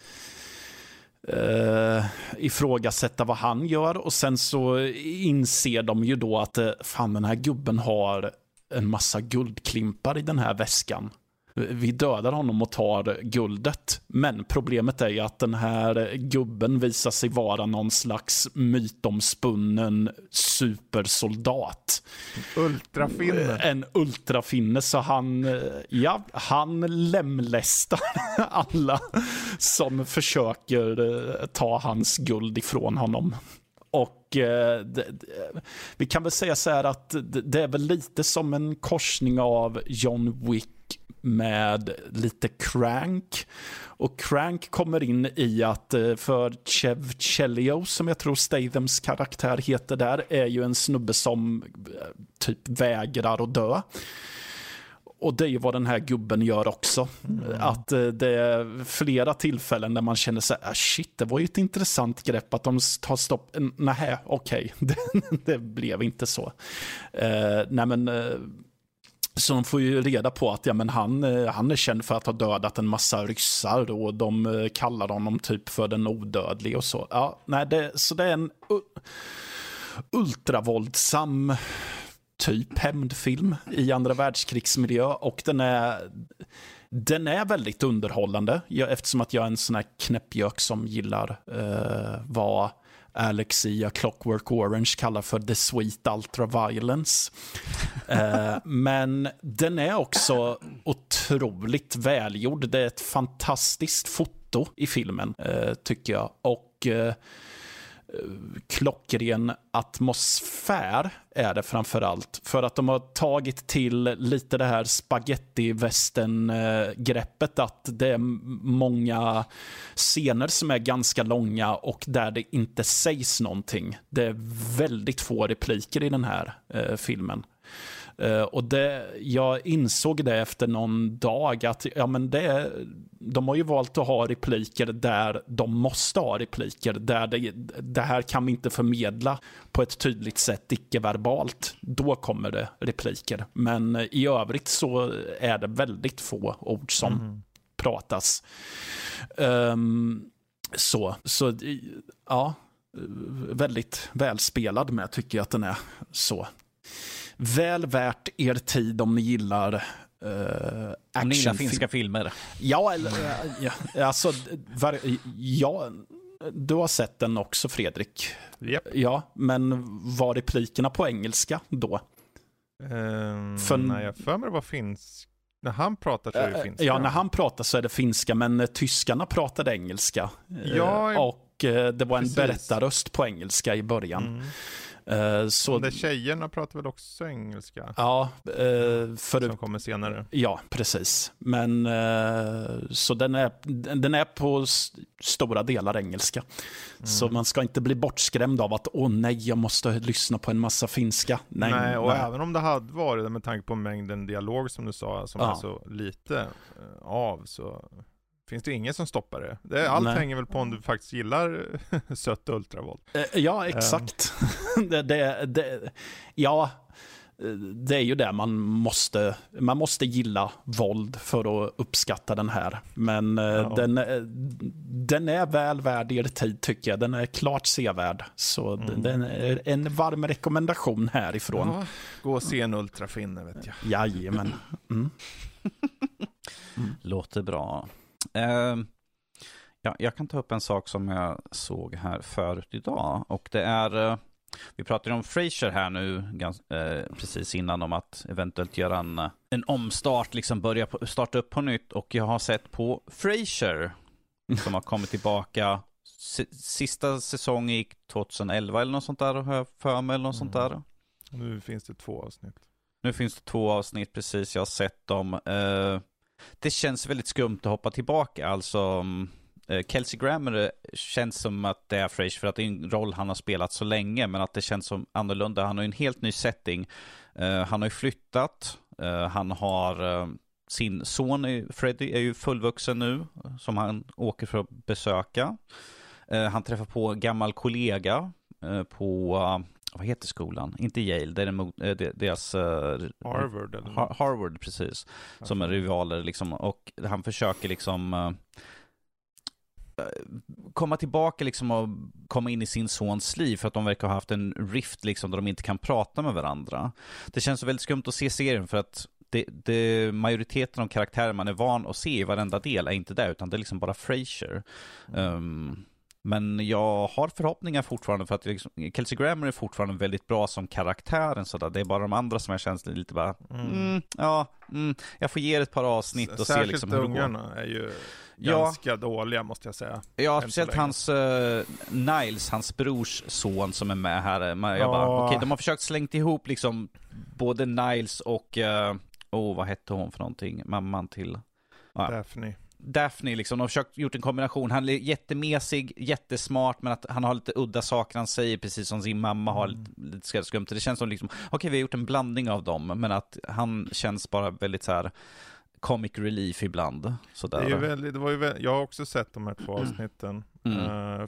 Uh, ifrågasätta vad han gör, och sen så inser de ju då att uh, fan, den här gubben har en massa guldklimpar i den här väskan. Vi dödar honom och tar guldet. Men problemet är ju att den här gubben visar sig vara någon slags mytomspunnen supersoldat. Ultrafinne. En ultrafinne, så han, ja, han lämlästar alla som försöker ta hans guld ifrån honom. Och eh, det, det, vi kan väl säga så här att det, det är väl lite som en korsning av John Wick med lite Crank. Och Crank kommer in i att för Chev Chelios, som jag tror Stathams karaktär heter där, är ju en snubbe som typ vägrar att dö. Och det är ju vad den här gubben gör också. Mm. Att det är flera tillfällen där man känner sig, ah, shit, det var ju ett intressant grepp att de tar stopp. Nej, okej, okay. det, det blev inte så. Uh, nej men... Uh, Så de får ju reda på att ja, men han, han är känd för att ha dödat en massa ryssar, och de kallar honom typ för den odödlig och så. Ja, nej, det, så det är en ultravåldsam typ hämndfilm i andra världskrigsmiljö, och den är, den är väldigt underhållande, jag, eftersom att jag är en sån här knäppjök som gillar uh, vad Alex i A Clockwork Orange kallar för the sweet ultraviolence. eh, men den är också otroligt välgjord. Det är ett fantastiskt foto i filmen, eh, tycker jag. Och eh, klockren atmosfär är det framförallt, för att de har tagit till lite det här spaghetti-västern-greppet, att det är många scener som är ganska långa och där det inte sägs någonting. Det är väldigt få repliker i den här eh, filmen. Uh, och det, jag insåg det efter någon dag att ja, men det, de har ju valt att ha repliker där de måste ha repliker, där det, det här kan vi inte förmedla på ett tydligt sätt icke-verbalt. Då kommer det repliker. Men uh, i övrigt så är det väldigt få ord som mm. pratas. Um, så, så ja, väldigt välspelad med, tycker jag att den är så. Väl värt er tid om ni gillar uh, action. Ni gillar finska filmer. Ja, eller, ja, alltså, var, ja, du har sett den också, Fredrik. Yep. Ja, men var replikerna på engelska då? Um, för, nej, jag för mig det var finsk. När han pratar så är det finska. Ja, när han pratar så är det finska, men tyskarna pratade engelska. Ja, och uh, det var en precis. berättarröst på engelska i början. Mm. Uh, så, de där tjejerna pratar väl också engelska? Ja, uh, för, som kommer senare. Ja, precis. Men uh, så den är, den är på st- stora delar engelska. Mm. Så man ska inte bli bortskrämd av att åh nej, jag måste lyssna på en massa finska. Nej, nej och nej. även om det hade varit det, med tanke på mängden dialog som du sa, som ja. är så lite uh, av, så finns det ingen som stoppar det. det allt Nej. hänger väl på om du faktiskt gillar sött ultravåld. Ja, exakt. Um. det, det, det, ja, det är ju det man måste, man måste gilla våld för att uppskatta den här. Men ja. den, den är väl värd er tid tycker jag. Den är klart sevärd. Så mm. den är en varm rekommendation härifrån. Ja, gå och se en ultrafinne vet jag. Jajamän. Mm. Mm. Låter bra. Uh, ja, jag kan ta upp en sak som jag såg här förut idag. Och det är... Uh, vi pratade om Frasier här nu gans, eh, precis innan om att eventuellt göra en, en omstart, liksom börja på, starta upp på nytt. Och jag har sett på Frasier som har kommit tillbaka. S- sista säsongen gick tjugoelva eller något sånt där, har jag för mig eller något mm. sånt där. Nu finns det två avsnitt. Nu finns det två avsnitt, precis. Jag har sett dem. Eh, det känns väldigt skumt att hoppa tillbaka. Alltså... Kelsey Grammer känns som att det är Frasier för att det är en roll han har spelat så länge, men att det känns som annorlunda. Han har en helt ny setting. Uh, han har ju flyttat. Uh, han har uh, sin son, Freddie, är ju fullvuxen nu, som han åker för att besöka. Uh, han träffar på en gammal kollega uh, på, uh, vad heter skolan? Inte Yale, det är en, uh, deras... Uh, Harvard. Eller Har- Harvard, precis. Okay. Som är rivaler liksom. Och han försöker liksom... Uh, komma tillbaka liksom och komma in i sin sons liv för att de verkar ha haft en rift liksom där de inte kan prata med varandra. Det känns så väldigt skumt att se serien för att det, det, majoriteten av karaktärer man är van att se i varenda del är inte där utan det är liksom bara Frasier. Mm. Um, men jag har förhoppningar fortfarande för att liksom, Kelsey Grammer är fortfarande väldigt bra som karaktären sådär. Det är bara de andra som jag känns lite bara mm, mm, ja, mm, jag får ge ett par avsnitt och se liksom hur det går. Särskilt ungarna är ju ganska ja. dåliga måste jag säga. Ja, speciellt hans uh, Niles, hans brors son som är med här. Jag bara, ja. okay, de har försökt slängt ihop liksom både Niles och uh, oh, vad hette hon för någonting? Mamman till ja. Daphne. Daphne liksom, de har försökt gjort en kombination. Han är jättemesig, jättesmart, men att han har lite udda saker han säger, precis som sin mamma har mm. lite, lite skumt. Det känns som liksom, okej okay, vi har gjort en blandning av dem, men att han känns bara väldigt så här comic relief ibland. Sådär. Det är ju väldigt, det var ju väldigt, jag har också sett de här två avsnitten. Mm. Uh,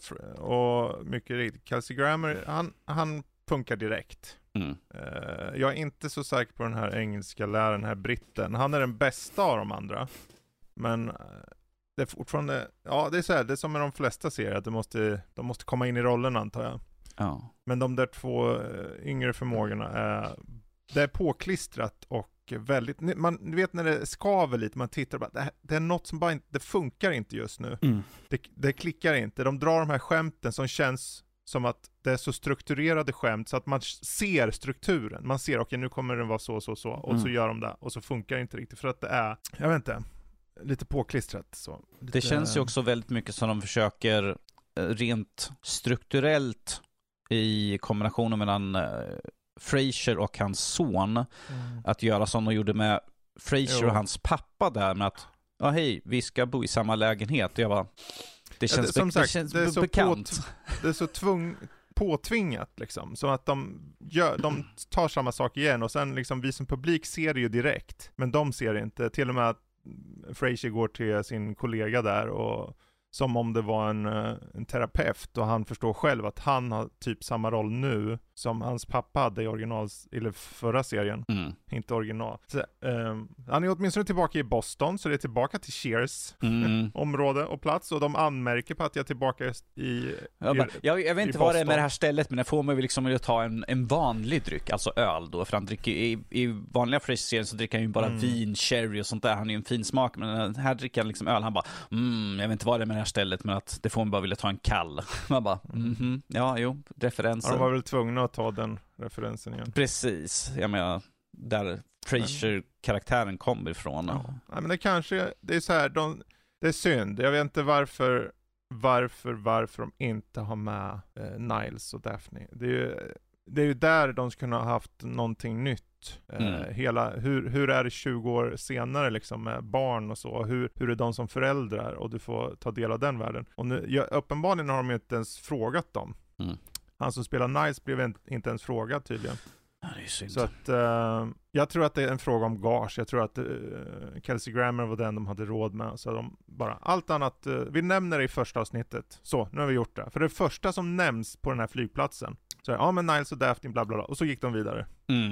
och mycket riktigt, Kelsey Grammer, han, han funkar direkt. Mm. Uh, jag är inte så säker på den här engelska läraren, den här britten. Han är den bästa av de andra. Men uh, det är fortfarande, ja det är så här, det är som med de flesta serier, att de måste, de måste komma in i rollen antar jag. Ja. Men de där två uh, yngre förmågorna är, det är påklistrat och väldigt, man du vet när det skaver lite, man tittar bara, det, det är något som bara inte, det funkar inte just nu. Mm. Det, det klickar inte. De drar de här skämten som känns som att det är så strukturerade skämt så att man ser strukturen. Man ser, okej okay, nu kommer den vara så, så, så. Och mm. så gör de det. Och så funkar det inte riktigt för att det är, jag vet inte, lite påklistrat. Så. Lite, det känns ju också väldigt mycket som de försöker rent strukturellt i kombinationen mellan Frasier och hans son mm. att göra som de gjorde med Frasier jo. och hans pappa där med att ja hej, vi ska bo i samma lägenhet. Och jag bara, det känns, ja, det, som be- sagt, det känns det är så bekant. På, det är så tvung, påtvingat liksom. Så att de, gör, de tar samma sak igen och sen liksom vi som publik ser det ju direkt. Men de ser det inte. Till och med att Frasier går till sin kollega där och som om det var en, en terapeut och han förstår själv att han har typ samma roll nu som hans pappa hade i original, eller förra serien. Mm. Inte original. Så, um, han är åtminstone tillbaka i Boston, så det är tillbaka till Cheers mm. område och plats. Och de anmärker på att jag är tillbaka i, i jag, bara, jag, jag vet inte vad det är med det här stället, men det får mig liksom att ta en, en vanlig dryck, alltså öl då. För han dricker, i, i vanliga Frasier-serien så dricker han ju bara mm. vin, sherry och sånt där. Han är ju en fin smak, men här dricker han liksom öl. Han bara, mm, jag vet inte vad det är med det här stället, men att det får mig bara vilja ta en kall. Man bara, mm-hmm. ja, jo, referenser. Ja, de var väl tvungna att ta den referensen igen. Precis, jag menar där Frasier-karaktären kommer ifrån. Ja. Ja, men det kanske, det är så här, de, det är synd. Jag vet inte varför varför, varför de inte har med eh, Niles och Daphne. Det är ju, det är ju där de skulle ha haft någonting nytt. Mm. Eh, hela, hur, hur är det tjugo år senare liksom, med barn och så? Hur, hur är de som föräldrar? Och du får ta del av den världen. Och nu, ja, uppenbarligen har de ju inte ens frågat dem. Mm. Han som spelar Niles blev inte ens frågad tydligen. Ja, det är synd. Så att uh, jag tror att det är en fråga om gage. Jag tror att uh, Kelsey Grammer var den de hade råd med. Så de bara, allt annat, uh, vi nämner det i första avsnittet. Så, nu har vi gjort det. För det första som nämns på den här flygplatsen. Så ja, men Niles och Daphne, bla bla bla. Och så gick de vidare. Mm.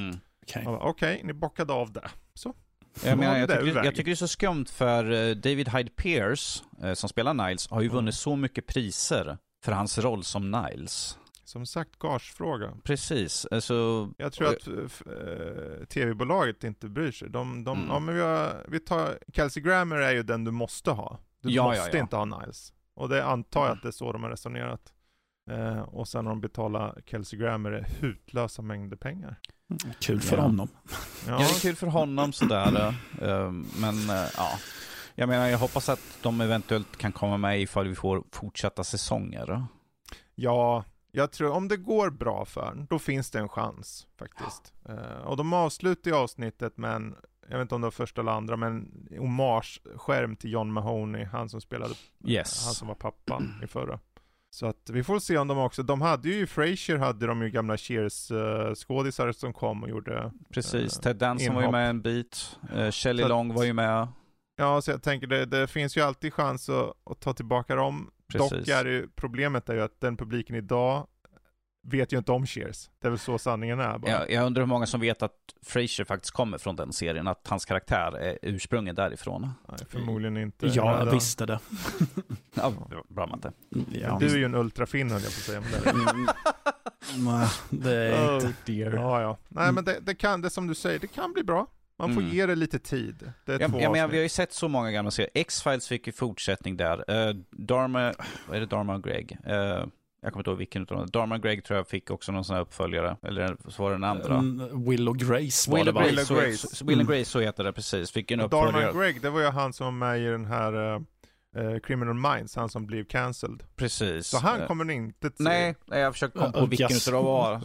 Okej. Okej, okay, ni bockade av det. Så. Jag, menar, jag, det tycker, iväg. jag tycker det är så skumt för eh, David Hyde Pierce eh, som spelar Niles har ju vunnit så mycket priser för hans roll som Niles. Som sagt, gagefråga. Precis. Alltså, Jag tror att f- f- tv-bolaget inte bryr sig. De, de, Mm. ja, men vi, har, vi tar, Kelsey Grammer är ju den du måste ha. Du Ja, måste ja, ja. inte ha Niles. Och det antar jag att det är så de har resonerat. Eh, och sen har de betalat Kelsey Grammer hutlösa mängder pengar. Mm, kul för Ja. honom. ja, det är kul för honom sådär. eh, men eh, ja, jag menar jag hoppas att de eventuellt kan komma med ifall vi får fortsätta säsonger. Ja, jag tror om det går bra för den, då finns det en chans faktiskt. Eh, och de avslutar ju avsnittet med en, jag vet inte om det var första eller andra, men hommage-skärm till John Mahoney, han som spelade, Yes. han som var pappan i förra. Så att vi får se om de också, de hade ju i Frasier hade de ju gamla Cheers-skådisar uh, som kom och gjorde. Precis, eh, Ted Danson var ju inhopp. med en bit. Uh, Shelley Så att- Long var ju med. Ja, så jag tänker det, det finns ju alltid chans att, att ta tillbaka dem. Precis. Dock är det ju, problemet är ju att den publiken idag vet ju inte om Cheers. Det är väl så sanningen är bara. Jag, jag undrar hur många som vet att Frasier faktiskt kommer från den serien, att hans karaktär är ursprungen därifrån. Nej, förmodligen inte. Jag Nej, då- visste det. Ja, bra Matte. Ja. Du är ju en ultrafin, höll jag på att säga. Men det är... Mm. Nej, det är inte. dear. Ja, ja. Nej, men det, det kan, det som du säger, det kan bli bra. Man får Mm. ge det lite tid. Det är Jag, två jag menar, avsnitt. vi har ju sett så många gamla serier. X-Files fick ju fortsättning där. Uh, Dharma, vad är det Dharma och Greg? Uh, jag kommer inte ihåg vilken utav dem. Dharma och Greg tror jag fick också någon sån här uppföljare. Eller så var det den andra. Mm, Will och Grace var Will det and va? Will Grace, and så, Grace. så, Will and Mm. Grace, så heter det precis. Fick en Och Dharma uppföljare. och Greg, det var ju han som var med i den här uh, uh, Criminal Minds, han som blev cancelled. Precis. Så han Eh, kommer inte till... Nej, nej, jag försökte komma på Och vilken Gus- utav dem var.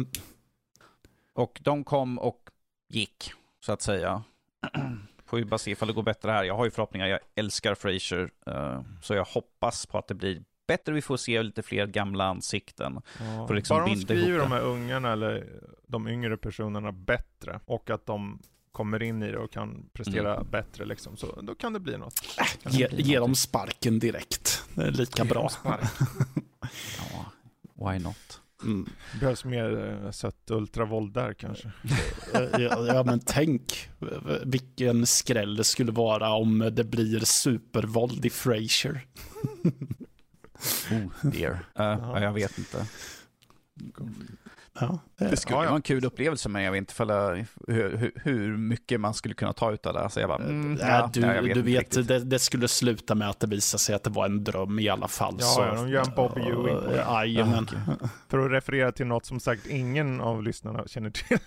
Och de kom och gick, så att säga. Får ju bara se ifall det går bättre här. Jag har ju förhoppningar, jag älskar Frasier. Uh, så jag hoppas på att det blir bättre. Vi får se lite fler gamla ansikten. Ja. För liksom Bara de binda ihop skriver det. de här ungarna eller de yngre personerna bättre och att de kommer in i det och kan prestera Mm. bättre liksom. Så då kan det bli något. Kan Ge, det bli ge något. dem sparken direkt. Det är lika Ge bra. dem spark. Ja, why not? Mm. Behövs mer eh, sött ultravåld där kanske. ja, ja, men tänk vilken skräll det skulle vara om det blir supervåld i Frasier. Oh dear. Uh, ja, jag vet inte. Ja, Det skulle Ja, ja. vara en kul upplevelse, men jag vet inte ifall, hur, hur, hur mycket man skulle kunna ta ut av det. Alltså jag bara, mm, ja, ja, du, ja, jag du inte vet, riktigt. det, det skulle sluta med att det visar sig att det var en dröm i alla fall. Ja, så, ja, de gör en Bobby Ewing på det. Uh, Jajamän. För att referera till något som sagt ingen av lyssnarna känner till.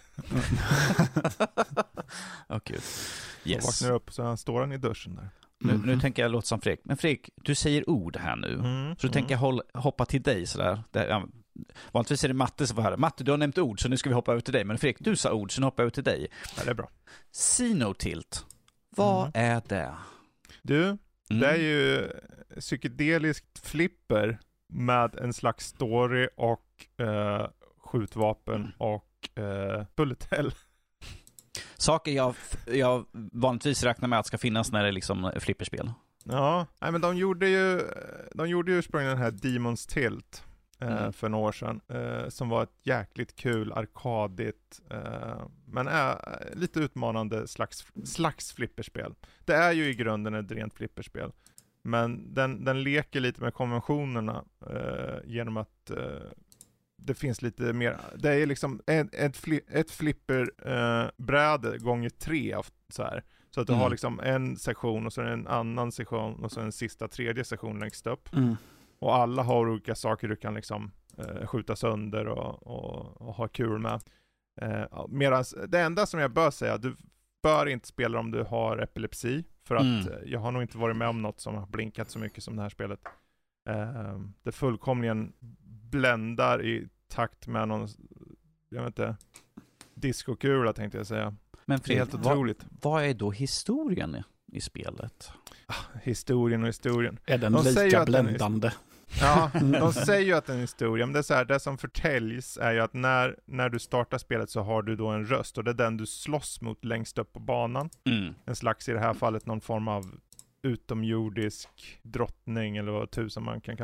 Åh gud. Yes. Yes. Vaknar upp så han står han i duschen där. Nu, nu Mhm. tänker jag låta som Fredrik. Men Fredrik, du säger ord här nu. Mm. Så då tänker jag hålla, hoppa till dig sådär. Det, ja, vanligtvis är det Matte som var här. Matte, du har nämnt ord, så nu ska vi hoppa över till dig. Men Fredrik, du sa ord, så nu hoppar jag över till dig. Ja, det är bra. Sinotilt. Vad Mm. är det? Du, Mm. det är ju psykedeliskt flipper med en slags story och eh, skjutvapen Mm. och eh, bullet hell. Saker jag, jag vanligtvis räknar med att ska finnas när det är liksom flipperspel. Ja, nej men de gjorde ju de gjorde ju ursprungligen den här Demon's Tilt eh, Mm. för några år sedan eh, som var ett jäkligt kul arkadigt eh, men är lite utmanande slags, slags flipperspel. Det är ju i grunden ett rent flipperspel, men den, den leker lite med konventionerna eh, genom att eh, det finns lite mer, det är liksom ett, ett, fli, ett flipperbräde eh, gånger tre av, så här. Så att du Mm. har liksom en sektion och så är det en annan sektion och så en sista tredje sektion längst upp. Mm. Och alla har olika saker du kan liksom eh, skjuta sönder och, och, och ha kul med. Eh, medans det enda som jag bör säga, du bör inte spela om du har epilepsi. För att Mm. eh, jag har nog inte varit med om något som har blinkat så mycket som det här spelet. Eh, det fullkomligen bländar i takt med någon, jag vet inte, discokula tänkte jag säga. Men Det är Fredrik, helt vad, otroligt. vad är då historien i, i spelet? Historien och historien. Är den De säger ju lika att den är- bländande? Ja, de säger ju att det är en historia, men det är så här, det som förtäljs är ju att när, när du startar spelet så har du då en röst och det är den du slåss mot längst upp på banan. Mm. En slags, i det här fallet, någon form av utomjordisk drottning eller vad tusan man kan kalla det.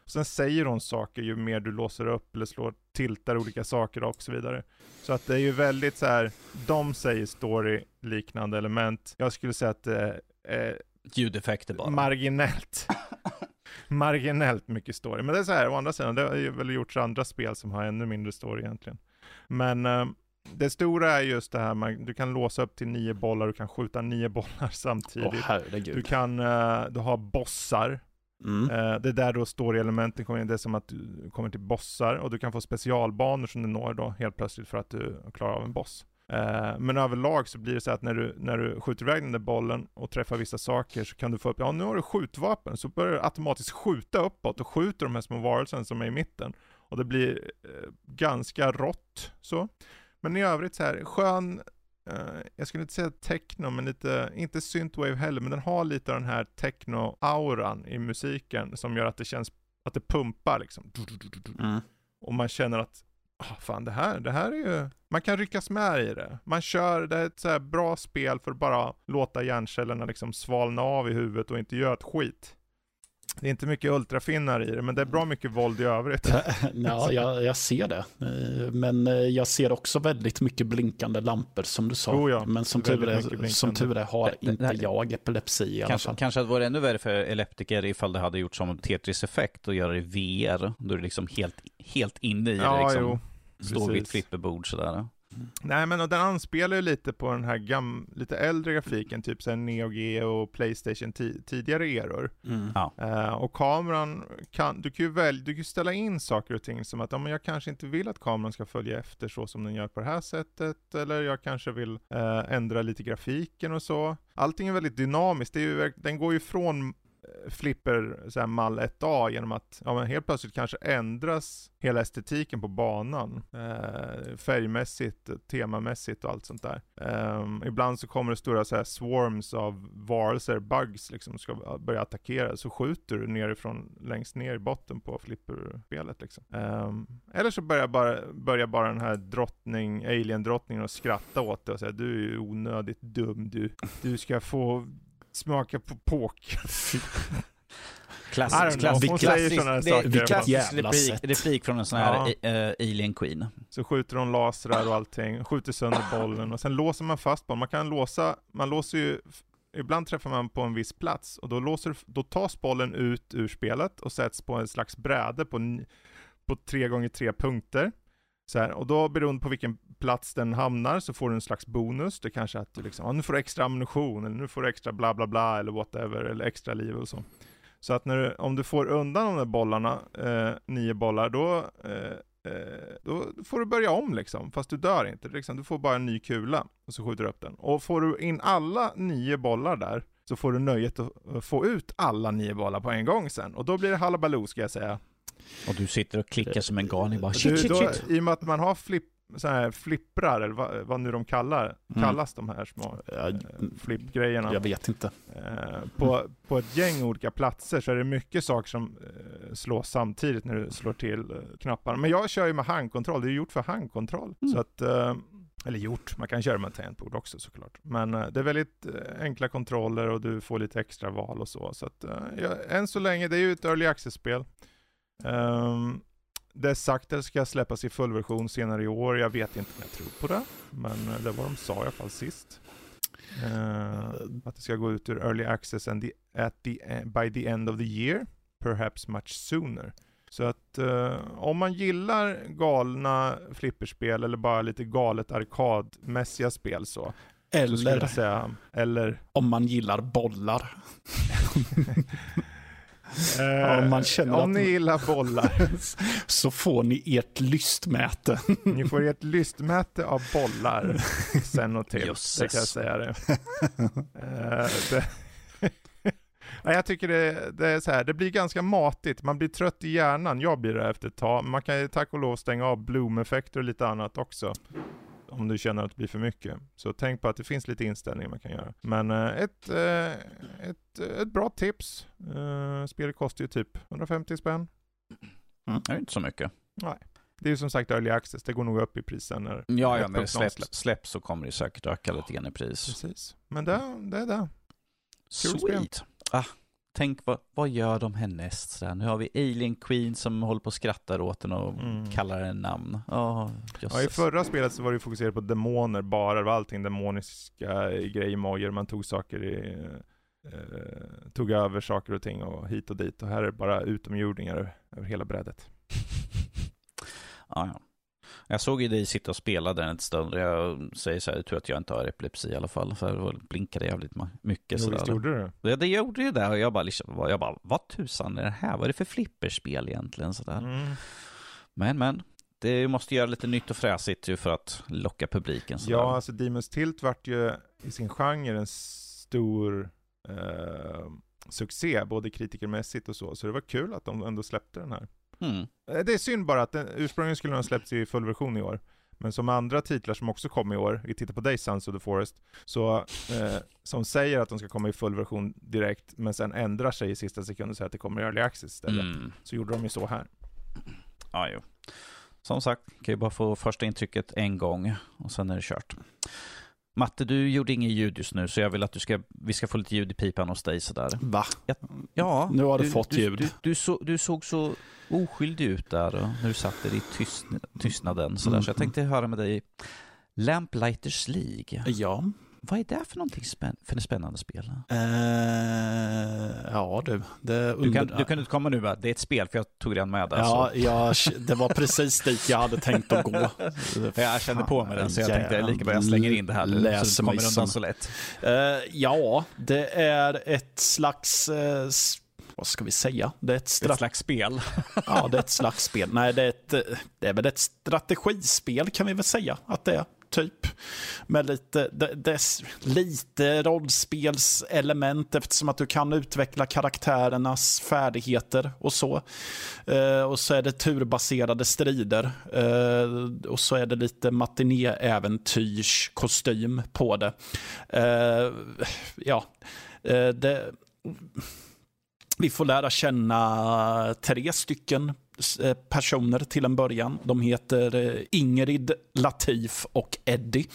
Sen säger hon saker ju mer du låser upp eller slår, tiltar olika saker och så vidare. Så att det är ju väldigt så här, de säger story-liknande element. Jag skulle säga att det är ljudeffekter bara. Marginellt. Marginellt mycket story. Men det är så här, å andra sidan, det har ju väl gjorts andra spel som har ännu mindre story egentligen. Men uh, det stora är just det här, man, du kan låsa upp till nio bollar, du kan skjuta nio bollar samtidigt. Åh, herregud. Du kan, uh, du har bossar. Mm. Uh, det är där då story-elementen kommer in, det är som att du kommer till bossar och du kan få specialbanor som du når då helt plötsligt för att du klarar av en boss. Uh, men överlag så blir det så att när du, när du skjuter iväg den där bollen och träffar vissa saker så kan du få upp, ja nu har du skjutvapen, så börjar du automatiskt skjuta uppåt och skjuter de här små varelserna som är i mitten. Och det blir uh, ganska rått så. Men i övrigt så här, skön, uh, jag skulle inte säga techno, men lite, inte synthwave heller, men den har lite av den här techno-auran i musiken som gör att det känns, att det pumpar liksom. Mm. Och man känner att ah, fan det här, det här är ju, man kan ryckas med i det. Man kör, det är ett så här bra spel för att bara låta hjärncellerna liksom svalna av i huvudet och inte göra ett skit. Det är inte mycket ultrafinnar i det, men det är bra mycket våld i övrigt. Ja, jag, jag ser det. Men jag ser också väldigt mycket blinkande lampor som du sa. Oh ja, men som tur, är, som tur är har det, inte det, jag epilepsi i alla kanske, fall. kanske hade varit ännu värre för epileptiker ifall det hade gjort som Tetris-effekt och göra det i V R. Då är det liksom helt, helt inne i ja, det. Liksom. Jo, står vid ett flipperbord sådär. Mm. Nej, men och den anspelar ju lite på den här gam- lite äldre grafiken, typ så här Neo Geo och PlayStation t- tidigare eror. Mm. Ja. Uh, och kameran kan, du kan ju väl, du kan ställa in saker och ting som att ja, men jag kanske inte vill att kameran ska följa efter så som den gör på det här sättet, eller jag kanske vill uh, ändra lite grafiken och så. Allting är väldigt dynamiskt, det är ju, den går ju från flipper så här mall ett A genom att ja, men helt plötsligt kanske ändras hela estetiken på banan eh, färgmässigt, temamässigt och allt sånt där. Eh, ibland så kommer det stora så här swarms av varelser, bugs liksom ska börja attackera, så skjuter du nerifrån längst ner i botten på flipperspelet liksom. Eh, eller så börjar bara, börjar bara den här drottning, alien-drottningen och skratta åt det och säga du är ju onödigt dum, du, du ska få smaka på poker. Klassisk, klassisk, klassisk, klassisk replik, replik från en sån här ja. uh, Alien Queen. Så skjuter de lasrar och allting, skjuter sönder bollen och sen låser man fast bollen. Man kan låsa, man låser ju, ibland träffar man på en viss plats och då, låser, då tas bollen ut ur spelet och sätts på en slags bräde på, på tre gånger tre punkter. Så här, och då beroende på vilken plats den hamnar så får du en slags bonus. Det kanske är att du liksom, ja, nu får du extra ammunition eller nu får du extra bla bla bla eller whatever eller extra liv och så. Så att när du, om du får undan de där bollarna, eh, nio bollar, då, eh, då får du börja om liksom. Fast du dör inte. Liksom, du får bara en ny kula och så skjuter du upp den. Och får du in alla nio bollar där så får du nöjet att få ut alla nio bollar på en gång sen. Och då blir det halabaloo ska jag säga. Och du sitter och klickar som en galning bara shit, shit, shit. I och med att man har flipp, så här flipprar eller vad, vad nu de kallar, kallas mm. de här små eh, flippgrejerna. Jag vet inte. Eh, på, på ett gäng olika platser så är det mycket saker som eh, slås samtidigt när du slår till eh, knapparna. Men jag kör ju med handkontroll, det är gjort för handkontroll. Mm. Så att, eh, eller gjort, man kan köra med tangentbord också såklart. Men eh, det är väldigt eh, enkla kontroller och du får lite extra val och så. Så att, eh, ja, än så länge, det är ju ett early access-spel. Um, det är sagt att det ska släppas i fullversion senare i år. Jag vet inte om jag tror på det, men det var de sa i alla fall sist. Uh, att det ska gå ut ur early access and the, at the, by the end of the year, perhaps much sooner. Så att uh, om man gillar galna flipperspel eller bara lite galet arkadmässiga spel så eller, så jag säga, eller om man gillar bollar. Uh, om man känner om att ni gillar bollar så får ni ert lystmäte. Ni får ert lystmäte av bollar sen och till. Just det kan jag säga det. uh, det ja, jag tycker det, det är så här, det blir ganska matigt. Man blir trött i hjärnan. Jag blir det efter ett tag. Man kan ju tack och lov stänga av bloom-effekter och lite annat också. Om du känner att det blir för mycket. Så tänk på att det finns lite inställningar man kan göra. Men uh, ett, uh, ett, ett bra tips. Uh, spelet kostar ju typ hundrafemtio spänn. Mm. Det är inte så mycket. Nej. Det är ju som sagt early access. Det går nog upp i prisen. När ja, ja, när det släpps, släpps så kommer det säkert öka lite grann i pris. Precis. Men det, det är det. Sweet. Ah, tänk vad, vad gör de härnäst? Så här, nu har vi Alien Queen som håller på att skratta åt den och mm. kallar den namn. Oh, ja, i förra spelet så var det fokuserat på demoner bara. Det var allting demoniska grejer. Man tog saker i, eh, tog över saker och ting och hit och dit. Och här är det bara utomjordingar över hela brädet. Ja, ja. Jag såg ju dig sitta och spela den ett stund. Jag säger så här, jag tror att jag inte har epilepsi i alla fall. För det blinkade jävligt mycket. Jo, visst gjorde du det? Ja, det gjorde ju det. Och jag bara, liksom, jag bara, vad tusan är det här? Vad är det för flipperspel egentligen? Så där. Mm. Men, men. Det måste göra lite nytt och fräsigt ju för att locka publiken. Så ja, där. alltså Demon's Tilt vart ju i sin genre en stor eh, succé. Både kritikermässigt och så. Så det var kul att de ändå släppte den här. Mm. Det är synd bara att den ursprungligen skulle ha släppts i full version i år. Men som andra titlar som också kom i år, vi tittar på Days Sons of the Forest, så eh, som säger att de ska komma i full version direkt, men sen ändrar sig i sista sekunden och säger att det kommer i Early Access istället. Mm. Så gjorde de ju så här. Ja, jo. Som sagt, kan ju bara få första intrycket en gång och sen är det kört. Matte, du gjorde ingen ljud just nu, så jag vill att du ska, vi ska få lite ljud i pipan hos dig sådär. Va? Ja, ja nu har du, du fått du, ljud. Du, du, så, du såg så oskyldig ut där och när du satt där i tyst, tystnaden sådär. Mm. Så jag tänkte höra med dig. Lamplighters League. Ja. Vad är det för någonting spänn- för en spännande spel? Uh, ja, du. Det under... du, kan, du kan inte komma nu, va? Det är ett spel, för jag tog redan med det. Ja, ja, det var precis dit jag hade tänkt att gå. Jag kände på mig den, så jag tänkte lika bra jag slänger in det här nu. Läser så det kommer undan så lätt. Uh, ja, det är ett slags... Uh, vad ska vi säga? Det är ett, stra- ett slags spel. Ja, det är ett slags spel. Nej, det är, ett, det är väl ett strategispel kan vi väl säga att det är. Typ. Med lite, det, det lite rollspelselement eftersom att du kan utveckla karaktärernas färdigheter och så. Uh, och så är det turbaserade strider. Uh, och så är det lite matiné-äventyrskostym på det. Uh, ja, uh, det... Vi får lära känna tre stycken personer till en början. De heter Ingrid, Latif och Eddie.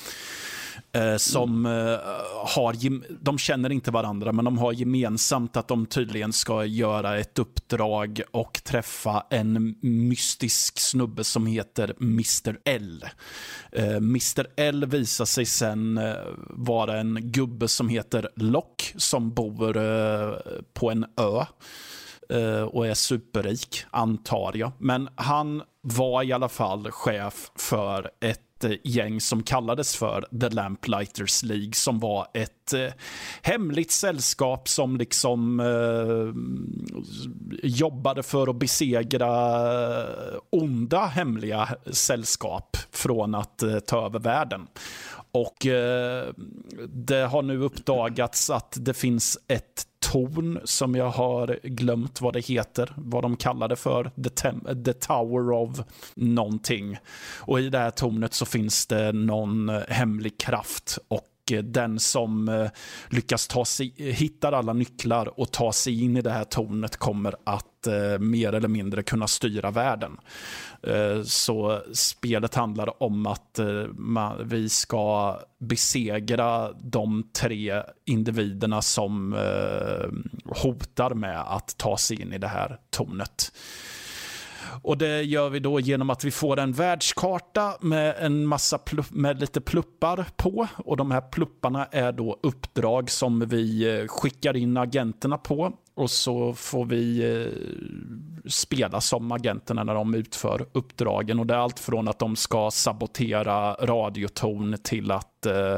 Som har, de känner inte varandra, men de har gemensamt att de tydligen ska göra ett uppdrag och träffa en mystisk snubbe som heter mister L. mister L visar sig sen vara en gubbe som heter Lock som bor på en ö och är superrik, antar jag. Men han var i alla fall chef för ett gäng som kallades för The Lamplighters League, som var ett eh, hemligt sällskap som liksom eh, jobbade för att besegra onda hemliga sällskap från att eh, ta över världen. Och eh, det har nu uppdagats att det finns ett torn som jag har glömt vad det heter, vad de kallar det för, the, tem- the Tower of någonting. Och i det här tornet så finns det någon hemlig kraft, och den som lyckas ta sig, hittar alla nycklar och ta sig in i det här tornet kommer att eh, mer eller mindre kunna styra världen. Eh, så spelet handlar om att eh, man, vi ska besegra de tre individerna som eh, hotar med att ta sig in i det här tornet. Och det gör vi då genom att vi får en världskarta med en massa plupp, med lite pluppar på. Och de här plupparna är då uppdrag som vi skickar in agenterna på. Och så får vi eh, spela som agenterna när de utför uppdragen. Och det är allt från att de ska sabotera radiotorn till att eh,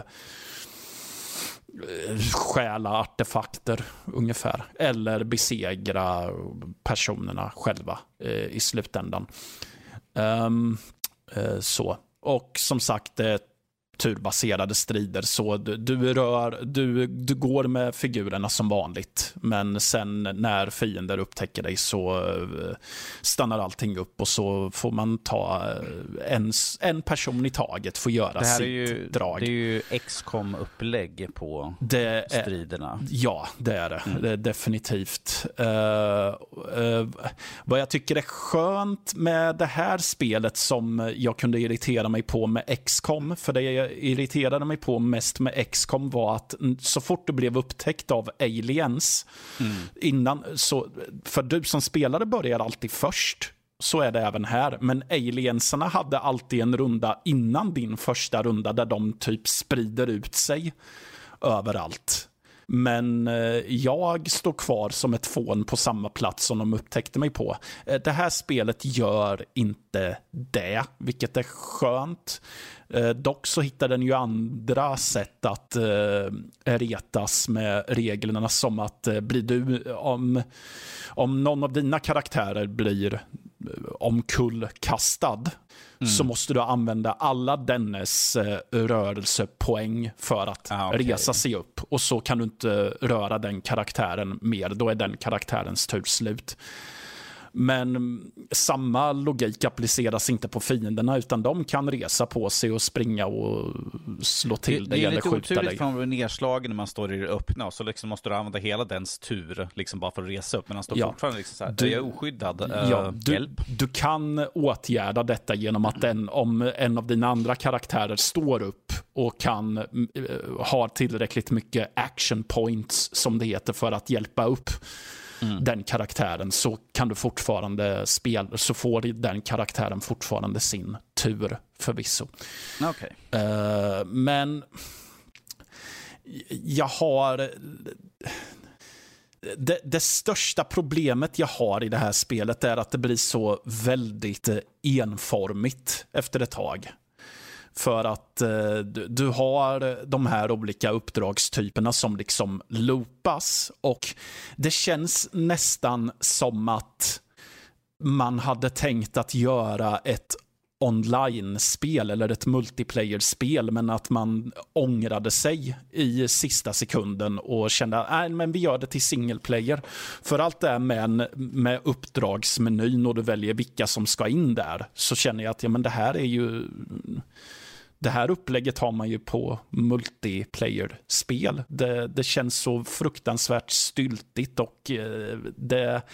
stjäla artefakter ungefär, eller besegra personerna själva eh, i slutändan. Um, eh, så. Och som sagt, det är turbaserade strider, så du, du, rör, du, du går med figurerna som vanligt, men sen när fiender upptäcker dig så uh, stannar allting upp, och så får man ta uh, en, en person i taget för att göra det här sitt är ju, drag. Det är ju X COM-upplägg på det striderna. Är, ja, det är det. Mm. Det är definitivt. Uh, uh, vad jag tycker är skönt med det här spelet, som jag kunde irritera mig på med X COM, för det är irriterade mig på mest med X COM var att så fort du blev upptäckt av aliens mm. innan, så, för du som spelare börjar alltid först, så är det även här, men aliensarna hade alltid en runda innan din första runda där de typ sprider ut sig överallt. Men jag står kvar som ett fån på samma plats som de upptäckte mig på. Det här spelet gör inte det, vilket är skönt. Dock så hittar den ju andra sätt att retas med reglerna, som att blir du, om, om någon av dina karaktärer blir omkullkastad, mm. så måste du använda alla dennes eh, rörelsepoäng för att ah, okay. resa sig upp. Och så kan du inte röra den karaktären mer. Då är den karaktärens tur slut. Men samma logik appliceras inte på fienderna, utan de kan resa på sig och springa och slå till dig eller skjuta dig. Det är lite oturligt från nedslagen när man står i det öppna, och så liksom måste du använda hela dens tur liksom bara för att resa upp, men han står ja. fortfarande liksom så här, du, är jag oskyddad? Ja, uh, du, hjälp. Du kan åtgärda detta genom att den, om en av dina andra karaktärer står upp och kan uh, ha tillräckligt mycket action points, som det heter, för att hjälpa upp Mm. den karaktären, så kan du fortfarande spela, så får den karaktären fortfarande sin tur förvisso. Okay. Uh, men jag har det, det största problemet jag har i det här spelet är att det blir så väldigt enformigt efter ett tag. För att eh, du, du har de här olika uppdragstyperna som liksom loopas, och det känns nästan som att man hade tänkt att göra ett online-spel eller ett multiplayer-spel, men att man ångrade sig i sista sekunden och kände nej, men vi gör det till single player. För allt det med, med uppdragsmenyn och du väljer vilka som ska in där, så känner jag att ja, men det här är ju det här upplägget har man ju på multiplayer-spel. Det, det känns så fruktansvärt styltigt, och eh, det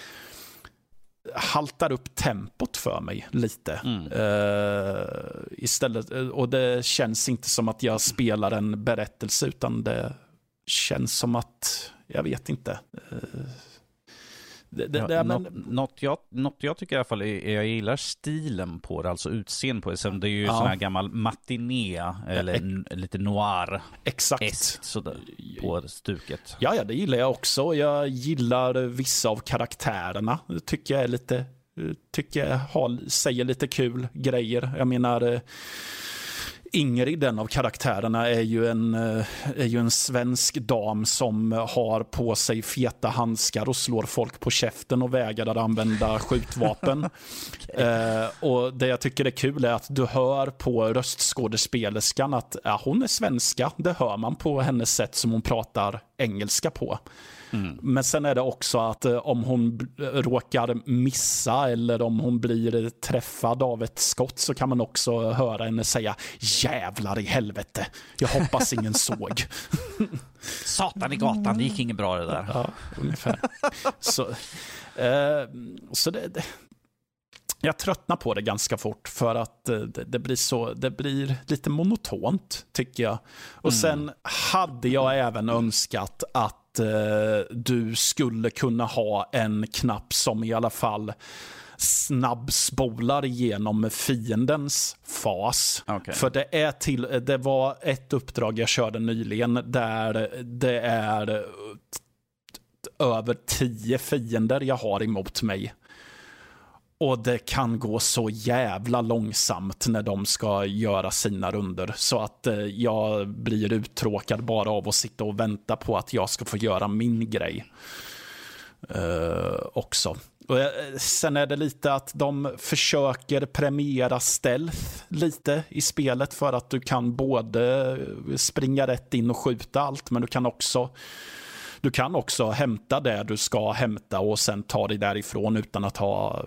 haltar upp tempot för mig lite. Mm. Uh, istället, och det känns inte som att jag spelar en berättelse, utan det känns som att jag vet inte. Uh, det, det, ja, det, något, men... något, jag, något jag tycker i alla fall är, jag gillar stilen på det, alltså utseende på det. Så det är ju ja. sån här gammal matiné eller n- lite noir. Exakt. Sådär, på stuket. Ja, ja, det gillar jag också. Jag gillar vissa av karaktärerna. Tycker jag är lite, tycker jag har, säger lite kul grejer. Jag menar, Ingrid, den av karaktärerna, är ju en, är ju en svensk dam som har på sig feta handskar och slår folk på käften och vägrar att använda skjutvapen. Okay. eh, och det jag tycker är kul är att du hör på röstskådespelerskan att ja, hon är svenska. Det hör man på hennes sätt som hon pratar engelska på. Mm. Men sen är det också att eh, om hon b- råkar missa eller om hon blir träffad av ett skott, så kan man också höra henne säga jävlar i helvete, jag hoppas ingen såg. Satan i gatan, det gick inget bra det där. Ja, ungefär. Så, eh, så det, det jag tröttnar på det ganska fort, för att det, det blir så, det blir lite monotont, tycker jag. Och mm. sen hade jag även önskat att eh, du skulle kunna ha en knapp som i alla fall snabbspolar igenom fiendens fas. Okay. För det är till, det var ett uppdrag jag körde nyligen där det är över tio fiender jag har emot mig. Och det kan gå så jävla långsamt när de ska göra sina runder, så att eh, jag blir uttråkad bara av att sitta och vänta på att jag ska få göra min grej eh, också. Och, eh, sen är det lite att de försöker premiera stealth lite i spelet, för att du kan både springa rätt in och skjuta allt, men du kan också du kan också hämta det du ska hämta och sen ta dig därifrån utan att ha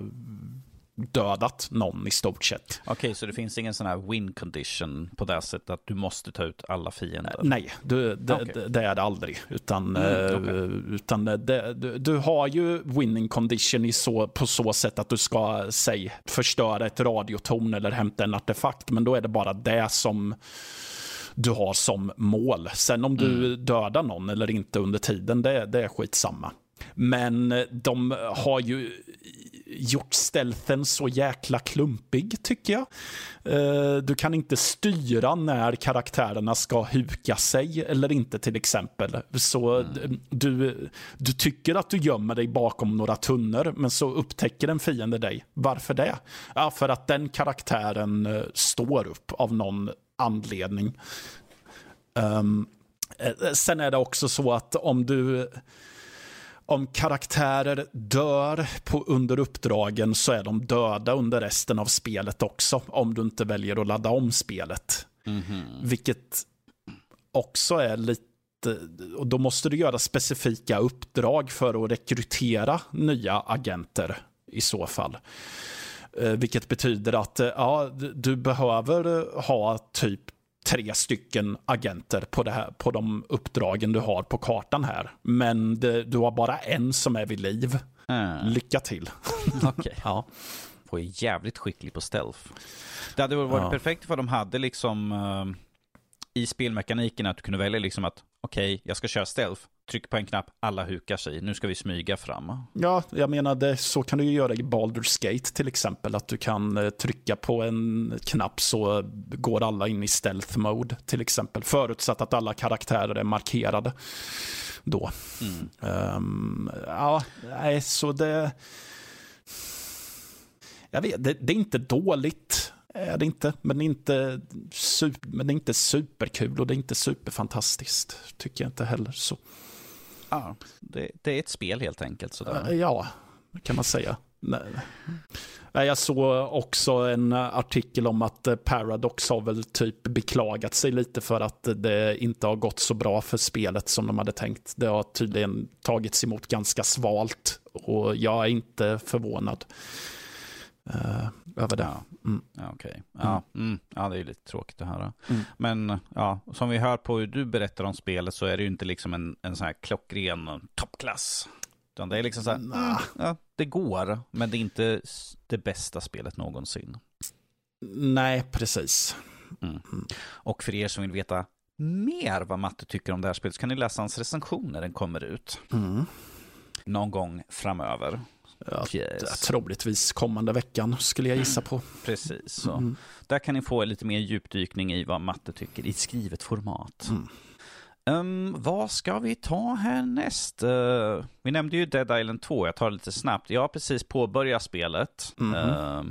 dödat någon i stort sett. Okej, okay, så det finns ingen sån här win condition på det sättet att du måste ta ut alla fiender? Nej, du, det, okay. det, det är det aldrig. Utan, mm, okay. utan det, du, du har ju winning condition i så, på så sätt att du ska, säg, förstöra ett radiotorn eller hämta en artefakt, men då är det bara det som du har som mål. Sen om du mm. dödar någon eller inte under tiden, det, det är skitsamma. Men de har ju gjort stealthen så jäkla klumpig, tycker jag. Du kan inte styra när karaktärerna ska huka sig eller inte, till exempel. Så mm. du, du tycker att du gömmer dig bakom några tunnor, men så upptäcker en fiende dig. Varför det? Ja, för att den karaktären står upp av någon anledning. Um, sen är det också så att om du Om karaktärer dör på, under uppdragen, så är de döda under resten av spelet också, om du inte väljer att ladda om spelet. Mm-hmm. Vilket också är lite... Och då måste du göra specifika uppdrag för att rekrytera nya agenter i så fall. Eh, vilket betyder att ja, du behöver ha typ tre stycken agenter på, det här, på de uppdragen du har på kartan här. Men det, du har bara en som är vid liv. Mm. Lycka till. Okej. Okay. Ja. Och är jävligt skicklig på stealth. Det hade varit ja. perfekt för de hade liksom uh, i spelmekaniken att du kunde välja liksom att okej, okay, jag ska köra stealth. Tryck på en knapp, alla hukar sig. Nu ska vi smyga fram. Ja, jag menar det, så kan du ju göra i Baldur's Gate till exempel. Att du kan eh, trycka på en knapp så går alla in i stealth mode till exempel. Förutsatt att alla karaktärer är markerade då. Mm. Um, ja, nej, så det... Jag vet, det, det är inte dåligt. Är det inte, men inte, super, men det är inte superkul och det är inte superfantastiskt, tycker jag inte heller. Så. Ja, det, det är ett spel helt enkelt. Sådär. Ja, kan man säga. Nej. Jag såg också en artikel om att Paradox har väl typ beklagat sig lite för att det inte har gått så bra för spelet som de hade tänkt. Det har tydligen tagits emot ganska svalt och jag är inte förvånad. Uh, över det. Ja, mm. ja okej. Okay. Ja, mm. Mm. ja, det är lite tråkigt att höra. Mm. Men ja, som vi hör på hur du berättar om spelet så är det ju inte liksom en, en sån här klockren toppklass. Utan det är liksom så här, mm. ja, det går, men det är inte det bästa spelet någonsin. Nej, precis. Mm. Mm. Och för er som vill veta mer vad Matte tycker om det här spelet så kan ni läsa hans recension när den kommer ut. Mm. Någon gång framöver. Ja, yes. Troligtvis kommande veckan skulle jag gissa på. Precis, så mm. där kan ni få lite mer djupdykning i vad Matte tycker i skrivet format. Mm. Um, vad ska vi ta härnäst? Uh, vi nämnde ju Dead Island två, jag tar det lite snabbt. Jag har precis påbörjat spelet. Mm. Uh,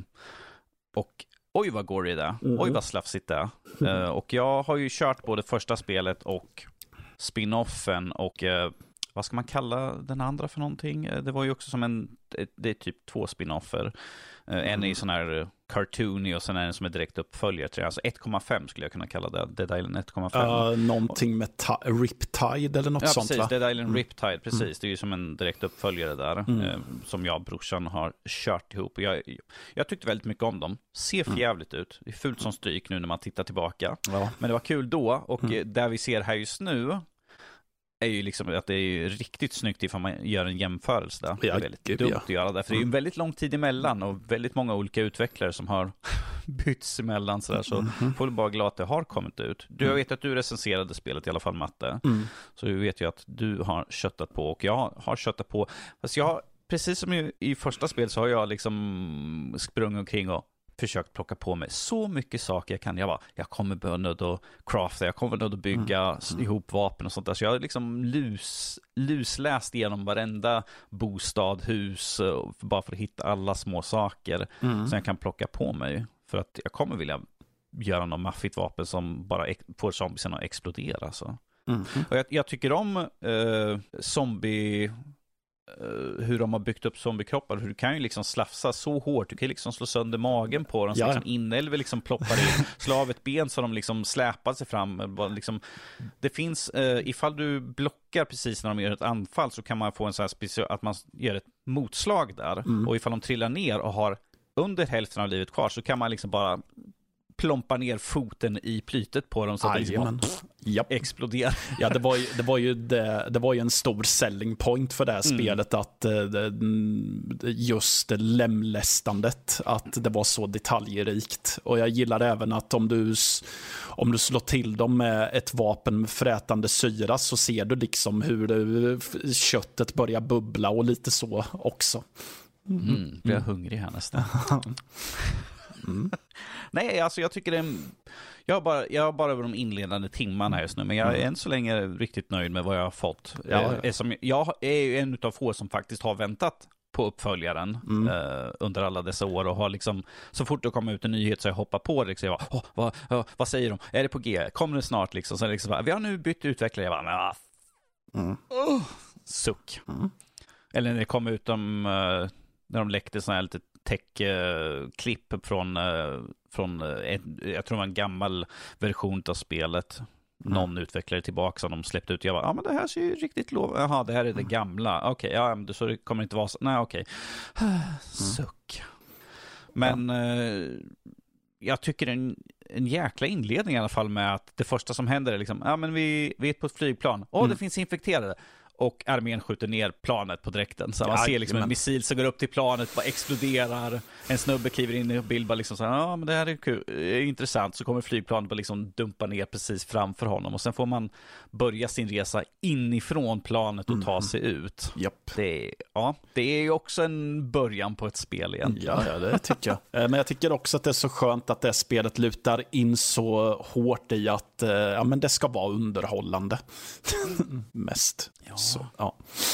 och oj vad går det där. Mm. Oj vad slafsigt det är. Uh, och jag har ju kört både första spelet och spin-offen och... Uh, vad ska man kalla den andra för någonting? Det var ju också som en, det är typ två spin-offer. Mm. En är ju sån här cartoony och sen är en som är direkt uppföljare. Alltså ett komma fem skulle jag kunna kalla det. Dead Island ett komma fem. Uh, någonting med ta- Riptide eller något ja, sånt, precis, va? Dead Island mm. Riptide, precis. Mm. Det är ju som en direkt uppföljare där. Mm. Eh, som jag och brorsan har kört ihop. Och jag, jag tyckte väldigt mycket om dem. Ser för jävligt mm. ut. Det är fult som stryk nu när man tittar tillbaka. Ja. Men det var kul då. Och mm. där vi ser här just nu är ju liksom att det är ju riktigt snyggt ifall man gör en jämförelse där. Ja, det är väldigt gud, dumt ja. att göra det. För det är ju en väldigt lång tid emellan och väldigt många olika utvecklare som har bytts emellan sådär. Så mm-hmm. får du bara glad att det har kommit ut. Du, jag vet att du recenserade spelet i alla fall, Matte. Mm. Så du vet ju att du har köttat på och jag har köttat på. Fast jag, precis som i, i första spel så har jag liksom sprungit omkring och försökt plocka på mig så mycket saker jag kan. Jag bara, jag kommer börja nöd att crafta, jag kommer nöd att bygga mm. Mm. ihop vapen och sånt där. Så jag har liksom lus, lusläst igenom varenda bostad, hus, bara för att hitta alla små saker mm. som jag kan plocka på mig. För att jag kommer vilja göra något maffigt vapen som bara ex- får zombiesarna att explodera. Så. Mm. Och jag, jag tycker om eh, zombie... hur de har byggt upp zombiekroppar, hur du kan ju liksom slafsa så hårt, du kan ju liksom slå sönder magen på dem så liksom inälver liksom ploppar in, slå av ett ben så de liksom släpar sig fram liksom, det finns, eh, ifall du blockar precis när de gör ett anfall så kan man få en sån här special, att man gör ett motslag där mm. och ifall de trillar ner och har under hälften av livet kvar så kan man liksom bara plompa ner foten i plytet på dem så att det liksom Japp. explodera. Ja, det var ju, det var ju, det, det var ju en stor selling point för det här mm. spelet, att det, just lemlästandet, att det var så detaljrikt. Och jag gillar även att om du, om du slår till dem med ett vapen med frätande syra, så ser du liksom hur det, köttet börjar bubbla och lite så också. Mm. Mm, blir jag hungrig här nästan. mm. Nej, alltså jag tycker det är, jag har bara, jag har bara över de inledande timmarna här just nu, men jag är än så länge riktigt nöjd med vad jag har fått. Ja, ja. Som, jag är ju en av få som faktiskt har väntat på uppföljaren mm. eh, under alla dessa år, och har liksom, så fort det kommer ut en nyhet så jag hoppar på det liksom, jag bara, oh, vad, oh, vad säger de? Är det på G? Kommer det snart liksom? Så liksom bara, vi har nu bytt utvecklare. Jag bara, men ah, mm. oh, suck. Mm. Eller när det kom ut om, uh, när de läckte sådana här lite tech-klipp uh, från, uh, från uh, ett, jag tror det var en gammal version av spelet. Mm. Någon utvecklare tillbaka som de släppte ut. Jag bara, ja ah, men det här ser ju riktigt lov. Jaha, det här är det gamla. Okej, okay, ja men så det kommer inte vara så. Nej, okej. Okay. Mm. Suck. Men ja. uh, jag tycker en, en jäkla inledning i alla fall, med att det första som händer är liksom, ja men vi, vi är på ett flygplan. Åh, oh, mm. det finns infekterade. Och armén skjuter ner planet på dräkten. Så man ja, ser liksom men... en missil som går upp till planet, bara exploderar. En snubbe kliver in i bild, bara liksom så här, ja men det här är kul, är intressant. Så kommer flygplanet bara liksom dumpa ner precis framför honom. Och sen får man börja sin resa inifrån planet och mm. ta sig ut. Yep. Det är, ja, det är ju också en början på ett spel egentligen. Ja, ja, det tycker jag. Men jag tycker också att det är så skönt att det spelet lutar in så hårt i att ja, men det ska vara underhållande. Mest. Ja. Så, ja.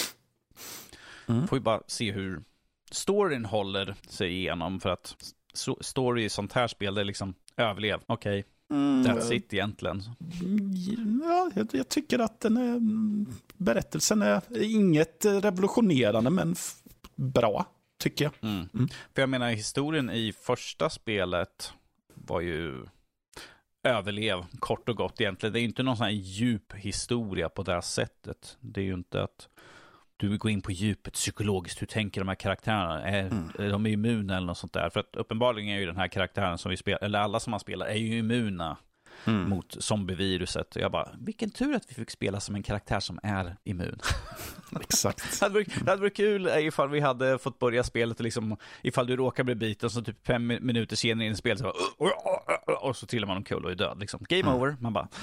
Mm. Får vi bara se hur storyn håller sig igenom, för att story i sånt här spel, det är liksom överlev. Okej, okay. mm. That's it egentligen. Ja, jag, jag tycker att den är, berättelsen är inget revolutionerande, men f- bra, tycker jag. Mm. Mm. För jag menar, historien i första spelet var ju överlev, kort och gott egentligen. Det är ju inte någon sån här djup historia på det här sättet. Det är ju inte att du går in på djupet psykologiskt. Hur tänker de här karaktärerna? Är, mm. är de immuna eller något sånt där? För att uppenbarligen är ju den här karaktären som vi spelar, eller alla som man spelar, är ju immuna mm. mot zombieviruset. Och jag bara, vilken tur att vi fick spela som en karaktär som är immun. Exakt. Det hade varit, det hade varit kul ifall vi hade fått börja spelet och liksom, ifall du råkar bli biten så typ fem minuter senare in i spelet så bara, och så trillar man omkull och är död liksom. Game mm. over. Man bara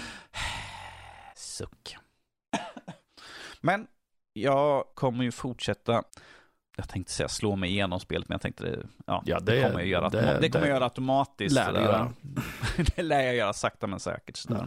suck. Men jag kommer ju fortsätta, jag tänkte säga slå mig igenom spelet, men jag tänkte ja, ja det, det kommer jag göra det, det, det kommer jag göra automatiskt. Lär göra. Det lär jag göra sakta men säkert sådär.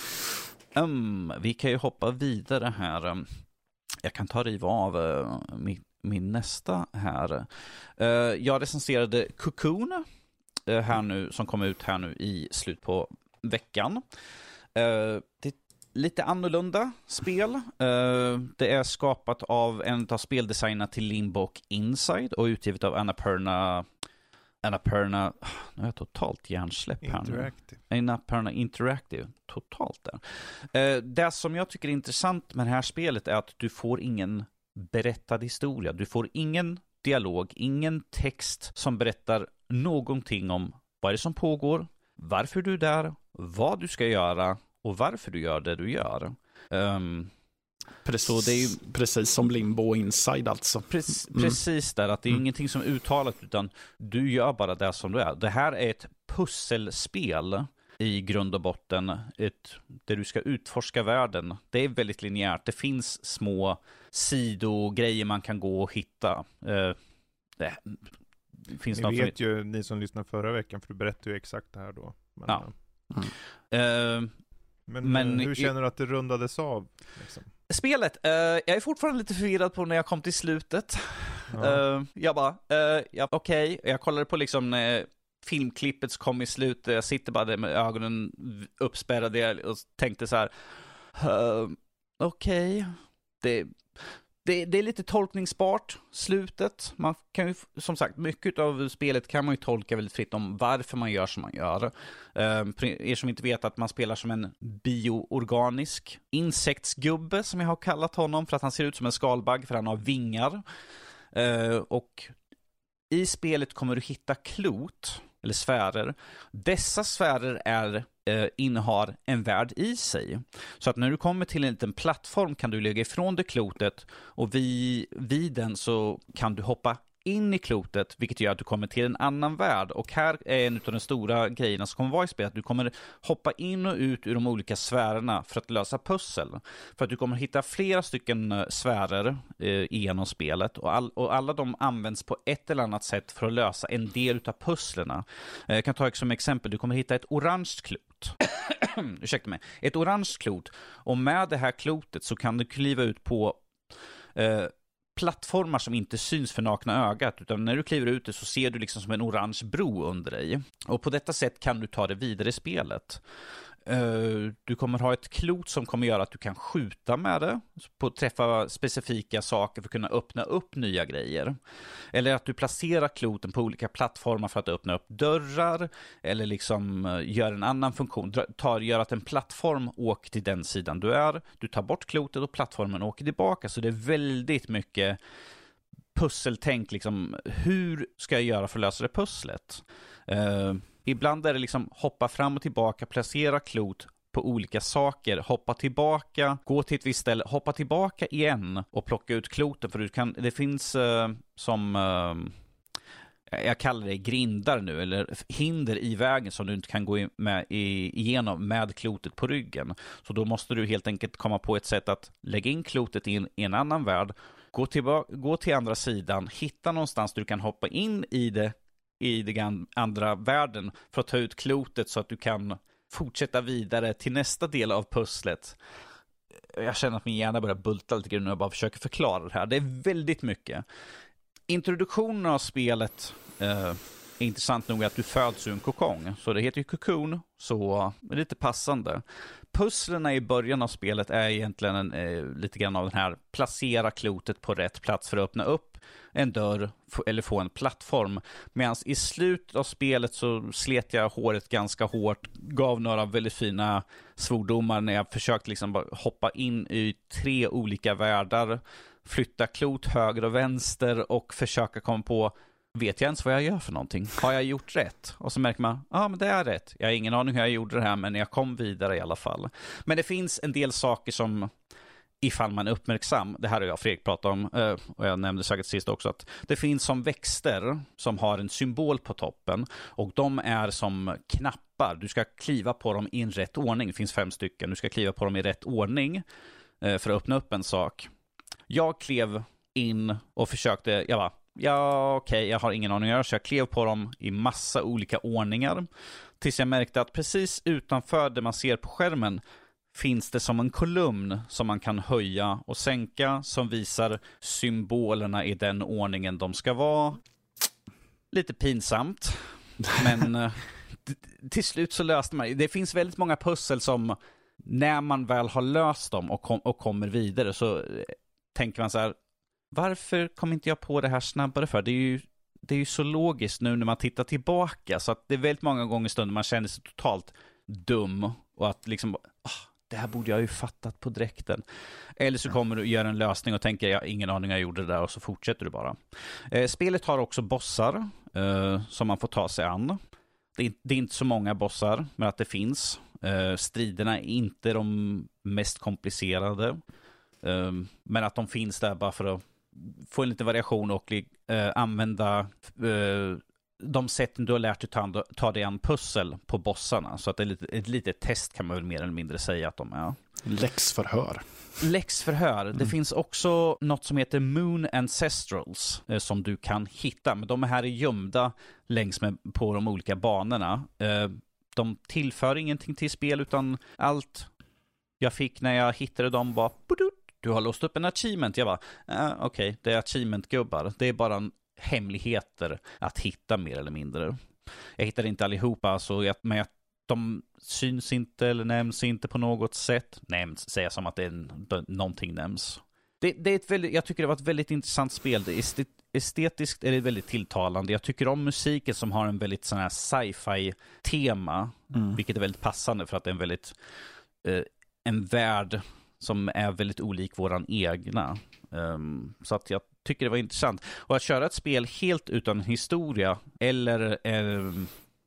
Mm. Um, vi kan ju hoppa vidare här. Jag kan ta riva av uh, min, min nästa här. Uh, jag recenserade Cocoon uh, här nu, som kom ut här nu i slut på veckan. Uh, det är lite annorlunda spel. Uh, det är skapat av en av speldesignerna till Limbo och Inside och utgivet av Annapurna Annapurna, nu är jag totalt hjärnsläpp här Interactive. nu. Annapurna Interactive, totalt där. Uh, det som jag tycker är intressant med det här spelet är att du får ingen berättad historia. Du får ingen dialog, ingen text som berättar någonting om vad det är som pågår, varför du är där, vad du ska göra och varför du gör det du gör. Um, Precis, så det är ju, precis som Limbo och Inside alltså. Precis, mm. precis där, att det är mm. ingenting som är uttalat, utan du gör bara det som du är. Det här är ett pusselspel i grund och botten, ett, där du ska utforska världen. Det är väldigt linjärt. Det finns små sidogrejer man kan gå och hitta. Uh, det finns ni vet som... ju, ni som lyssnade förra veckan, för du berättade ju exakt det här då. Men, ja. Mm. Uh, Men, men hur känner du att det rundades av? Liksom? Spelet, uh, jag är fortfarande lite förvirrad på när jag kom till slutet. Ja. Uh, jag bara, uh, ja, okej. Okay. Jag kollade på liksom när filmklippet kom i slutet. Jag sitter bara där med ögonen uppspärrade och tänkte så här, uh, okej. Okay. Det, det, det är lite tolkningsbart, slutet. Man kan ju, som sagt, mycket av spelet kan man ju tolka väldigt fritt om varför man gör som man gör. Uh, er som inte vet att man spelar som en bioorganisk insektsgubbe, som jag har kallat honom, för att han ser ut som en skalbagg, för han har vingar. Uh, och i spelet kommer du hitta klot eller sfärer. Dessa sfärer är, eh, innehar en värld i sig. Så att när du kommer till en liten plattform kan du lägga ifrån dig klotet och vid, vid den så kan du hoppa in i klotet, vilket gör att du kommer till en annan värld. Och här är en av de stora grejerna som kommer vara i spelet. Du kommer hoppa in och ut ur de olika sfärerna för att lösa pussel. För att du kommer hitta flera stycken sfärer eh, genom spelet. Och, all, och alla de används på ett eller annat sätt för att lösa en del av pusslerna. Eh, jag kan ta som exempel, du kommer hitta ett orange klot. Ursäkta mig. Ett orange klot. Och med det här klotet så kan du kliva ut på eh, plattformar som inte syns för nakna ögat, utan när du kliver ut det så ser du liksom som en orange bro under dig. Och på detta sätt kan du ta det vidare i spelet. Uh, du kommer ha ett klot som kommer göra att du kan skjuta med det, på träffa specifika saker för att kunna öppna upp nya grejer. Eller att du placerar kloten på olika plattformar för att öppna upp dörrar, eller liksom uh, gör en annan funktion. Tar, gör att en plattform åker till den sidan du är. Du tar bort klotet och plattformen åker tillbaka. Så det är väldigt mycket pusseltänk. Liksom, hur ska jag göra för att lösa det pusslet? Uh, Ibland är det liksom hoppa fram och tillbaka, placera klot på olika saker, hoppa tillbaka, gå till ett visst ställe, hoppa tillbaka igen och plocka ut kloten. För du kan, det finns uh, som, uh, jag kallar det grindar nu, eller hinder i vägen som du inte kan gå med, i, igenom med klotet på ryggen. Så då måste du helt enkelt komma på ett sätt att lägga in klotet i en, i en annan värld, gå, tillbaka, gå till andra sidan, hitta någonstans där du kan hoppa in i det i den andra världen för att ta ut klotet så att du kan fortsätta vidare till nästa del av pusslet. Jag känner att min hjärna börjar bulta lite grann när jag bara försöker förklara det här. Det är väldigt mycket. Introduktionen av spelet eh, är intressant nog att du föds ur en kokong. Så det heter ju Cocoon, så det är lite passande. Pusslerna i början av spelet är egentligen en, eh, lite grann av den här placera klotet på rätt plats för att öppna upp en dörr eller få en plattform. Medan i slutet av spelet så slet jag håret ganska hårt, gav några väldigt fina svordomar när jag försökte liksom bara hoppa in i tre olika världar, flytta klot höger och vänster och försöka komma på, vet jag ens vad jag gör för någonting? Har jag gjort rätt? Och så märker man, ja ah, men det är rätt. Jag har ingen aning hur jag gjorde det här, men jag kom vidare i alla fall. Men det finns en del saker som, ifall man är uppmärksam, det här har jag och Fredrik pratat om, och jag nämnde säkert sist också, att det finns som växter som har en symbol på toppen, och de är som knappar. Du ska kliva på dem i en rätt ordning. Det finns fem stycken. Du ska kliva på dem i rätt ordning för att öppna upp en sak. Jag klev in och försökte, jag bara, ja okej, okay, jag har ingen aning att göra, så jag klev på dem i massa olika ordningar tills jag märkte att precis utanför det man ser på skärmen finns det som en kolumn som man kan höja och sänka som visar symbolerna i den ordningen de ska vara. Lite pinsamt, men till slut så löste man. Det finns väldigt många pussel som när man väl har löst dem och, kom, och kommer vidare så tänker man så här, varför kom inte jag på det här snabbare för? Det är ju, det är ju så logiskt nu när man tittar tillbaka, så att det är väldigt många gånger stunder man känner sig totalt dum och att liksom, oh, det här borde jag ju fattat på direkten. Eller så kommer du göra en lösning och tänker, jag har ingen aning jag gjorde det där, och så fortsätter du bara. Eh, spelet har också bossar eh, som man får ta sig an. Det är, det är inte så många bossar, men att det finns. Eh, striderna är inte de mest komplicerade. Eh, men att de finns där bara för att få en liten variation och eh, använda eh, de sätten du har lärt dig ta, ta dig an pussel på bossarna. Så att det är lite, ett litet test kan man väl mer eller mindre säga att de är. Läxförhör. Läxförhör. Mm. Det finns också något som heter Moon Ancestrals eh, som du kan hitta. Men de här är gömda längs med på de olika banorna. Eh, de tillför ingenting till spel, utan allt jag fick när jag hittade dem var du har låst upp en achievement. Jag bara, eh, okej, okay, det är achievement-gubbar. Det är bara hemligheter att hitta mer eller mindre. Jag hittade inte allihopa, så jag, men jag, de syns inte eller nämns inte på något sätt. Nämns, säger som att det är en, någonting nämns. Det, det är ett väldigt, jag tycker det var ett väldigt intressant spel. Det är estetiskt är det väldigt tilltalande. Jag tycker om musiken som har en väldigt sån här sci-fi-tema, mm. vilket är väldigt passande för att det är en väldigt eh, en värld som är väldigt olik våran egna. Um, så att jag tycker det var intressant. Och att köra ett spel helt utan historia eller um,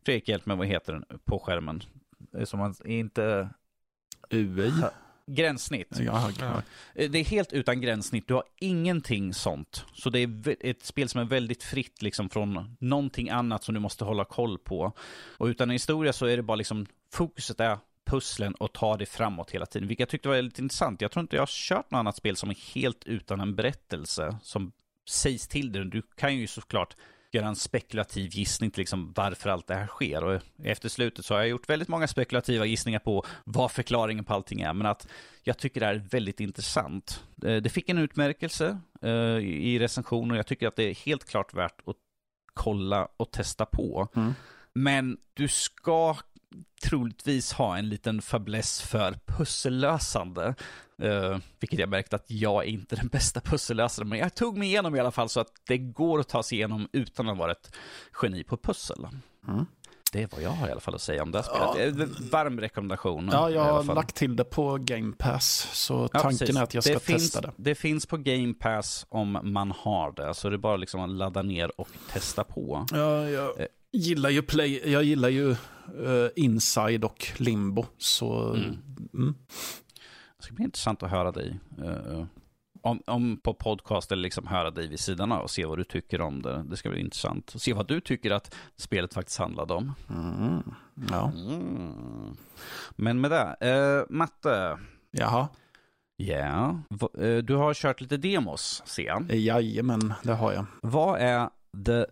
Fredrik, hjälp mig, vad heter den på skärmen? Som man inte... U I? Gränssnitt. Ja, ja. Det är helt utan gränssnitt. Du har ingenting sånt. Så det är ett spel som är väldigt fritt liksom från någonting annat som du måste hålla koll på. Och utan en historia så är det bara liksom fokuset är pusslen och ta det framåt hela tiden. Vilket jag tyckte var väldigt intressant. Jag tror inte jag har kört något annat spel som är helt utan en berättelse som sägs till dig. Du kan ju såklart göra en spekulativ gissning till liksom varför allt det här sker. Och efter slutet så har jag gjort väldigt många spekulativa gissningar på vad förklaringen på allting är. Men att jag tycker det är väldigt intressant. Det fick en utmärkelse uh, i recensionen och jag tycker att det är helt klart värt att kolla och testa på. Mm. Men du ska troligtvis ha en liten fäbless för pussellösande. Uh, vilket jag märkte att jag är inte den bästa pussellösaren, men jag tog mig igenom i alla fall så att det går att ta sig igenom utan att vara ett geni på pussel. Mm. Det är vad jag har i alla fall att säga om det här spelet. Ja. Det är en varm rekommendation. Ja, jag har lagt till det på Game Pass, så ja, tanken precis. är att jag ska det testa finns, det. Det finns på Game Pass om man har det, så det är bara liksom att ladda ner och testa på. Ja, jag uh. gillar ju play, jag gillar ju uh, Inside och Limbo, så... Mm. Mm. Det ska bli intressant att höra dig uh, om, om på podcast eller liksom höra dig vid sidan av och se vad du tycker om det. Det ska bli intressant. Se vad du tycker att spelet faktiskt handlade om. Mm. Ja. Mm. Men med det, uh, Matte. Jaha. Ja, yeah. uh, du har kört lite demos, ser jag. Jajamän, det har jag. Vad är The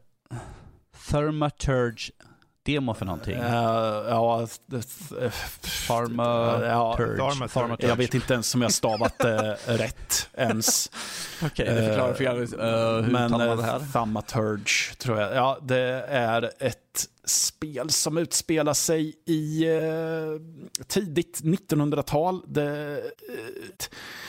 Thaumaturge demo för någonting? Uh, ja, Pharma ja, Pharma jag vet inte ens om jag stavat uh, rätt ens. Okej, okay, det förklarar för jävligt. Uh, hur men talar man det här? Thaumaturge tror jag. Ja, det är ett spel som utspelar sig i uh, tidigt nittonhundratal. Det uh,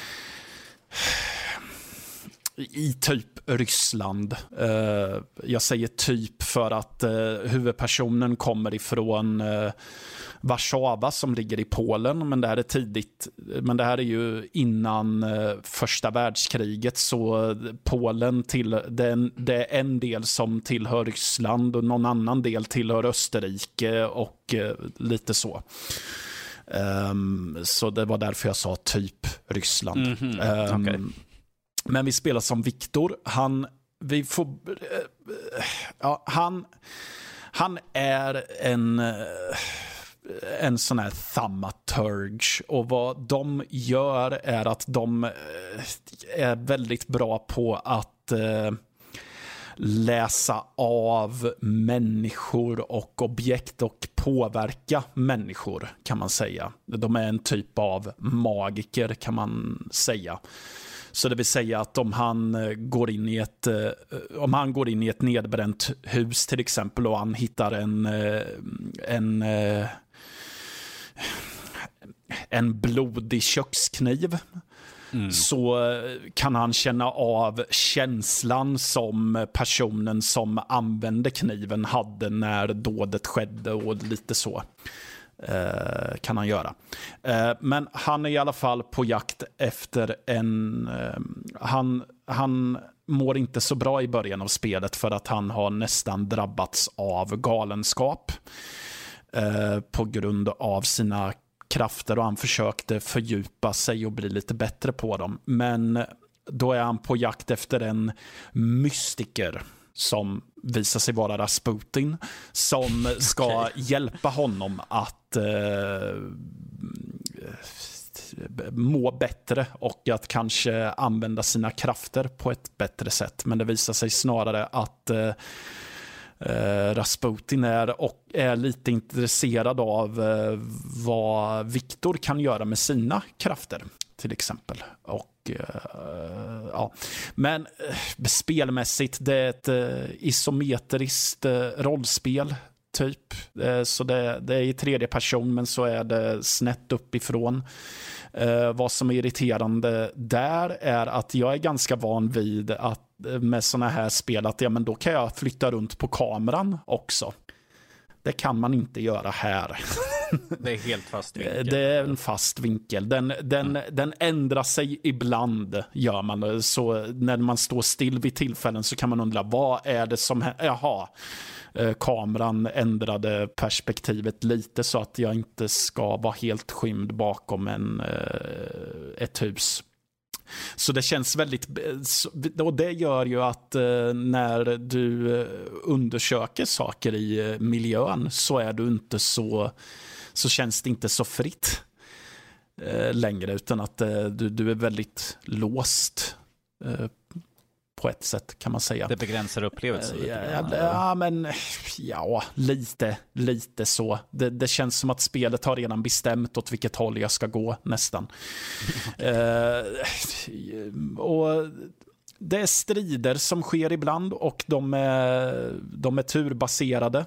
i typ Ryssland. Uh, jag säger typ för att uh, huvudpersonen kommer ifrån uh, Warszawa som ligger i Polen, men det här är tidigt, men det här är ju innan uh, första världskriget, så Polen till, det är, en, det är en del som tillhör Ryssland och någon annan del tillhör Österrike och uh, lite så. Um, så det var därför jag sa typ Ryssland. Mm-hmm. Um, okay. Men vi spelar som Viktor. Han, vi får, ja, han, han är en, en sån här thaumaturge. Och vad de gör är att de är väldigt bra på att eh, läsa av människor och objekt och påverka människor, kan man säga. De är en typ av magiker, kan man säga. Så det vill säga att om han går in i ett om han går in i ett nedbränt hus till exempel och han hittar en en en blodig kökskniv, mm. så kan han känna av känslan som personen som använde kniven hade när dådet skedde och lite så. Uh, kan han göra. Uh, men han är i alla fall på jakt efter en... Uh, han, han mår inte så bra i början av spelet för att han har nästan drabbats av galenskap uh, på grund av sina krafter, och han försökte fördjupa sig och bli lite bättre på dem. Men då är han på jakt efter en mystiker som visar sig vara Rasputin, som ska okay. hjälpa honom att eh, må bättre och att kanske använda sina krafter på ett bättre sätt. Men det visar sig snarare att eh, Rasputin är, och är lite intresserad av eh, vad Viktor kan göra med sina krafter, till exempel. Och Uh, ja. Men uh, spelmässigt, det är ett uh, isometriskt uh, rollspel typ. Uh, så det, det är i tredje person, men så är det snett uppifrån. Uh, vad som är irriterande där är att jag är ganska van vid att med såna här spel att ja, men då kan jag flytta runt på kameran också. Det kan man inte göra här. Det är helt fast vinkel. Det är en fast vinkel. Den, den, mm. den ändrar sig ibland, gör man. Så när man står still vid tillfällen så kan man undra, vad är det som händer? Jaha, kameran ändrade perspektivet lite så att jag inte ska vara helt skymd bakom en, ett hus. Så det känns väldigt, och det gör ju att när du undersöker saker i miljön så är du inte så, så känns det inte så fritt längre, utan att du, du är väldigt låst på ett sätt, kan man säga. Det begränsar upplevelsen lite grann, ja, ja, men ja, lite, lite så. Det, det känns som att spelet har redan bestämt åt vilket håll jag ska gå, nästan. uh, och det är strider som sker ibland och de är, de är turbaserade.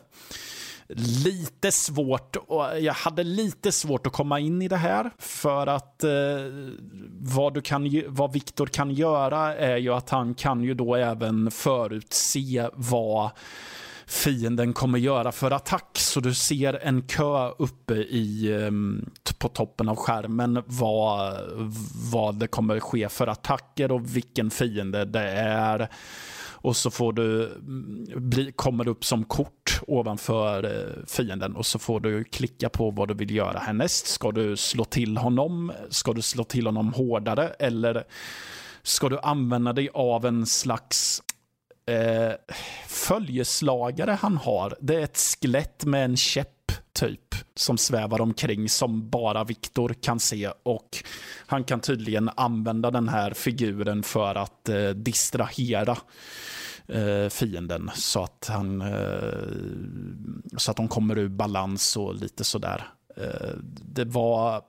Lite svårt, och jag hade lite svårt att komma in i det här för att eh, vad, du kan, vad Victor kan göra är ju att han kan ju då även förutse vad fienden kommer göra för attack, så du ser en kö uppe i, på toppen av skärmen vad, vad det kommer ske för attacker och vilken fiende det är. Och så får du bli, kommer upp som kort ovanför fienden och så får du klicka på vad du vill göra härnäst. Ska du slå till honom? Ska du slå till honom hårdare? Eller ska du använda dig av en slags eh, följeslagare han har? Det är ett skelett med en käpp typ som svävar omkring som bara Victor kan se, och han kan tydligen använda den här figuren för att eh, distrahera eh, fienden så att han eh, så att de kommer ur balans och lite sådär. Eh, det var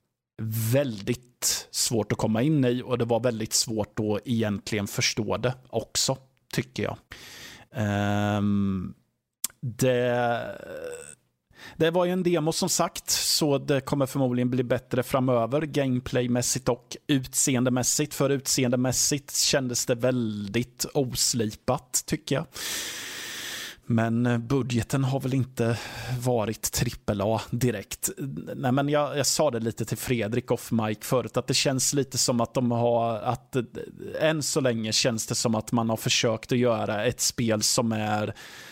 väldigt svårt att komma in i och det var väldigt svårt att egentligen förstå det också, tycker jag. Eh, det Det var ju en demo som sagt, så det kommer förmodligen bli bättre framöver gameplaymässigt och utseendemässigt. För utseendemässigt kändes det väldigt oslipat, tycker jag. Men budgeten har väl inte varit trippel A direkt. Nej, men jag, jag sa det lite till Fredrik off mic förut, att det känns lite som att de har, att än så länge känns det som att man har försökt att göra ett spel som är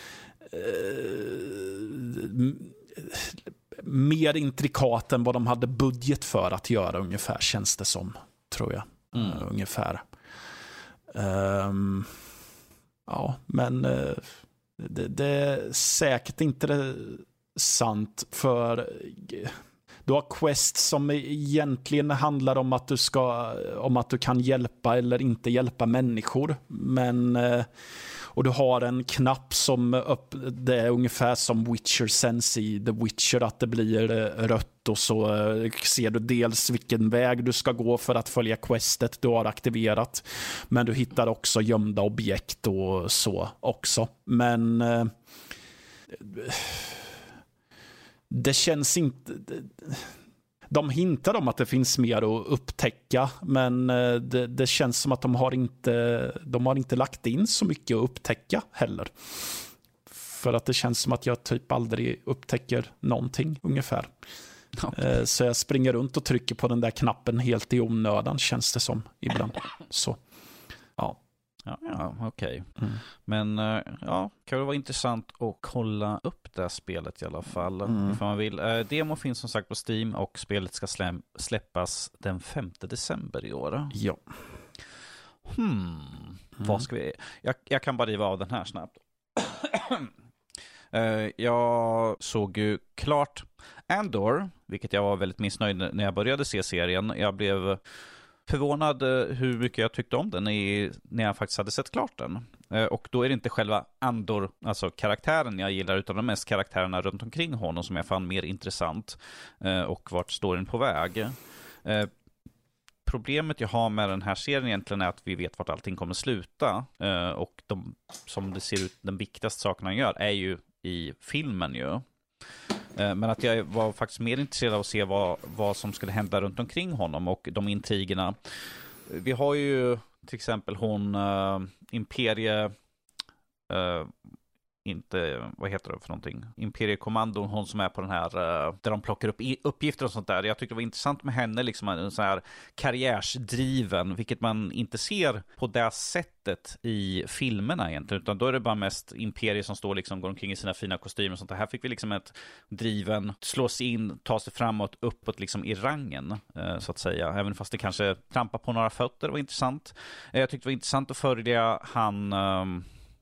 eh, mer intrikat än vad de hade budget för att göra, ungefär, känns det som, tror jag. Mm. Uh, ungefär. Um, ja, men uh, det, det är säkert inte sant, för du har quest som egentligen handlar om att du ska, om att du kan hjälpa eller inte hjälpa människor, men uh, och du har en knapp som upp, det är ungefär som Witcher Sense i The Witcher, att det blir rött och så ser du dels vilken väg du ska gå för att följa questet du har aktiverat, men du hittar också gömda objekt och så också. Men eh, det känns inte... De hintar om att det finns mer att upptäcka, men det, det känns som att de har inte de har inte lagt in så mycket att upptäcka heller. För att det känns som att jag typ aldrig upptäcker någonting, ungefär. Okay. Så jag springer runt och trycker på den där knappen helt i onödan, känns det som ibland. Så, ja. Ja, ja okej. Okay. Mm. Men ja, kan det vara intressant att kolla upp det här spelet i alla fall, mm. ifall man vill. Eh, demo finns som sagt på Steam och spelet ska slä- släppas den femte december i år. Ja. Hmm. Mm. Vad ska vi... Jag, jag kan bara riva av den här snabbt. eh, jag såg ju klart Andor, vilket jag var väldigt missnöjd när jag började se serien. Jag blev förvånad hur mycket jag tyckte om den i, när jag faktiskt hade sett klart den. Och då är det inte själva Andor, alltså karaktären jag gillar, utan de mest karaktärerna runt omkring honom som jag fann mer intressant. Och vart står den på väg. Problemet jag har med den här serien egentligen är att vi vet vart allting kommer sluta. Och de, som det ser ut, den viktigaste saken han gör är ju i filmen ju. Men att jag var faktiskt mer intresserad av att se vad, vad som skulle hända runt omkring honom och de intrigerna. Vi har ju till exempel hon uh, Imperie uh, inte, vad heter det för någonting? Imperiekommandon, hon som är på den här, uh, där de plockar upp i, uppgifter och sånt där. Jag tyckte det var intressant med henne, liksom en sån här karriärsdriven, vilket man inte ser på det sättet i filmerna egentligen, utan då är det bara mest Imperie som står liksom, går omkring i sina fina kostymer och sånt där. Här fick vi liksom ett driven, slås in, ta sig framåt, uppåt liksom i rangen, uh, så att säga. Även fast det kanske trampar på några fötter, det var intressant. Uh, jag tyckte det var intressant att följa han... Um,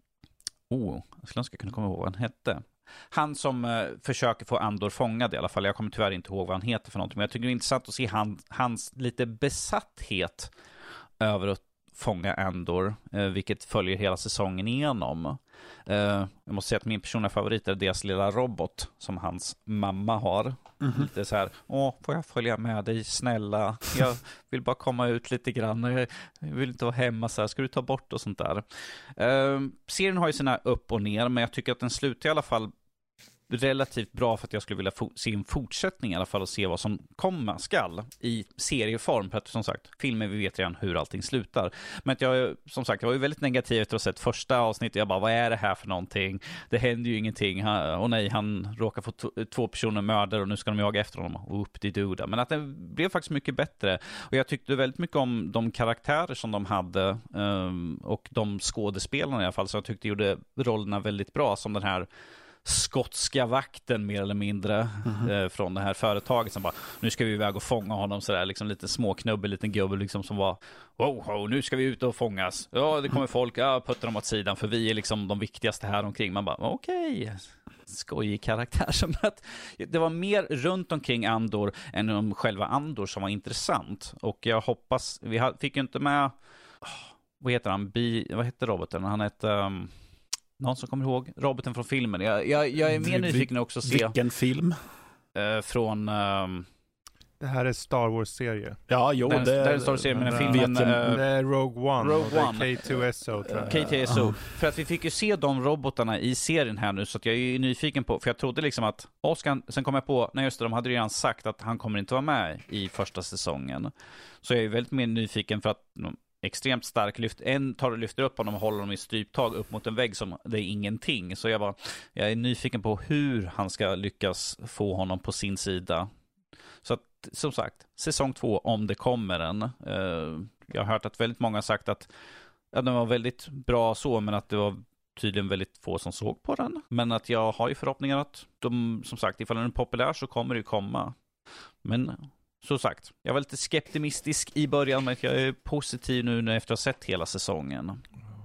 Oh, jag skulle önska kunna komma ihåg vad han hette. Han som eh, försöker få Andor fångad i alla fall. Jag kommer tyvärr inte ihåg vad han heter för någonting. Men jag tycker det är intressant att se han, hans lite besatthet över att fånga Andor. Eh, vilket följer hela säsongen igenom. Eh, jag måste säga att min personliga favorit är deras lilla robot som hans mamma har. Mm-hmm. Lite så här, åh, får jag följa med dig, snälla? Jag vill bara komma ut lite grann. Jag vill inte vara hemma så här. Ska du ta bort och sånt där? Eh, serien har ju sina upp och ner, men jag tycker att den slutar i alla fall relativt bra för att jag skulle vilja fo- se en fortsättning i alla fall och se vad som komma skall i serieform, för att som sagt, filmen, vi vet redan hur allting slutar. Men att jag, som sagt, jag var ju väldigt negativ efter att ha sett första avsnittet. Jag bara, vad är det här för någonting? Det händer ju ingenting. Han, och nej, han råkar få t- två personer mördare och nu ska de jaga efter honom. Och upp till duda. Men att det blev faktiskt mycket bättre. Och jag tyckte väldigt mycket om de karaktärer som de hade um, och de skådespelarna i alla fall. Så jag tyckte gjorde rollerna väldigt bra, som den här skotska vakten mer eller mindre mm-hmm. eh, från det här företaget som bara, nu ska vi iväg och fånga honom sådär, liksom lite småknubbel, liten gubbe liksom som var, wow, wow, nu ska vi ut och fångas. Ja, det kommer folk, ja, puttar dem åt sidan för vi är liksom de viktigaste här omkring. Man bara, okej, okay. Skojig karaktär. Som att det var mer runt omkring Andor än om själva Andor som var intressant. Och jag hoppas, vi fick ju inte med, oh, vad heter han, Bi, vad heter roboten? Han heter... Um, någon som kommer ihåg roboten från filmen. Jag, jag, jag är mer nyfiken också att se... Vilken film? Uh, från... Um... Det här är Star Wars-serie. Ja, jo. Den, det, det är en Star Wars-serie, men den filmen... Uh, uh, det är Rogue One. Rogue och One. det är K två S O, tror jag. K två S O. Uh. För att vi fick ju se de robotarna i serien här nu, så att jag är nyfiken på... För jag trodde liksom att Oscar... Sen kom jag på... Nej, just det, de hade redan sagt att han kommer inte vara med i första säsongen. Så jag är väldigt mer nyfiken för att... extremt stark lyft. En tar och lyfter upp honom och håller honom i stryptag upp mot en vägg som det är ingenting. Så jag bara, jag är nyfiken på hur han ska lyckas få honom på sin sida. Så att, som sagt, säsong två, om det kommer en. Uh, jag har hört att väldigt många har sagt att ja, den var väldigt bra så, men att det var tydligen väldigt få som såg på den. Men att jag har ju förhoppningar att de, som sagt, ifall den är populär så kommer det ju komma. Men... Så sagt, jag var lite skeptimistisk i början, men jag är positiv nu när efter att ha sett hela säsongen.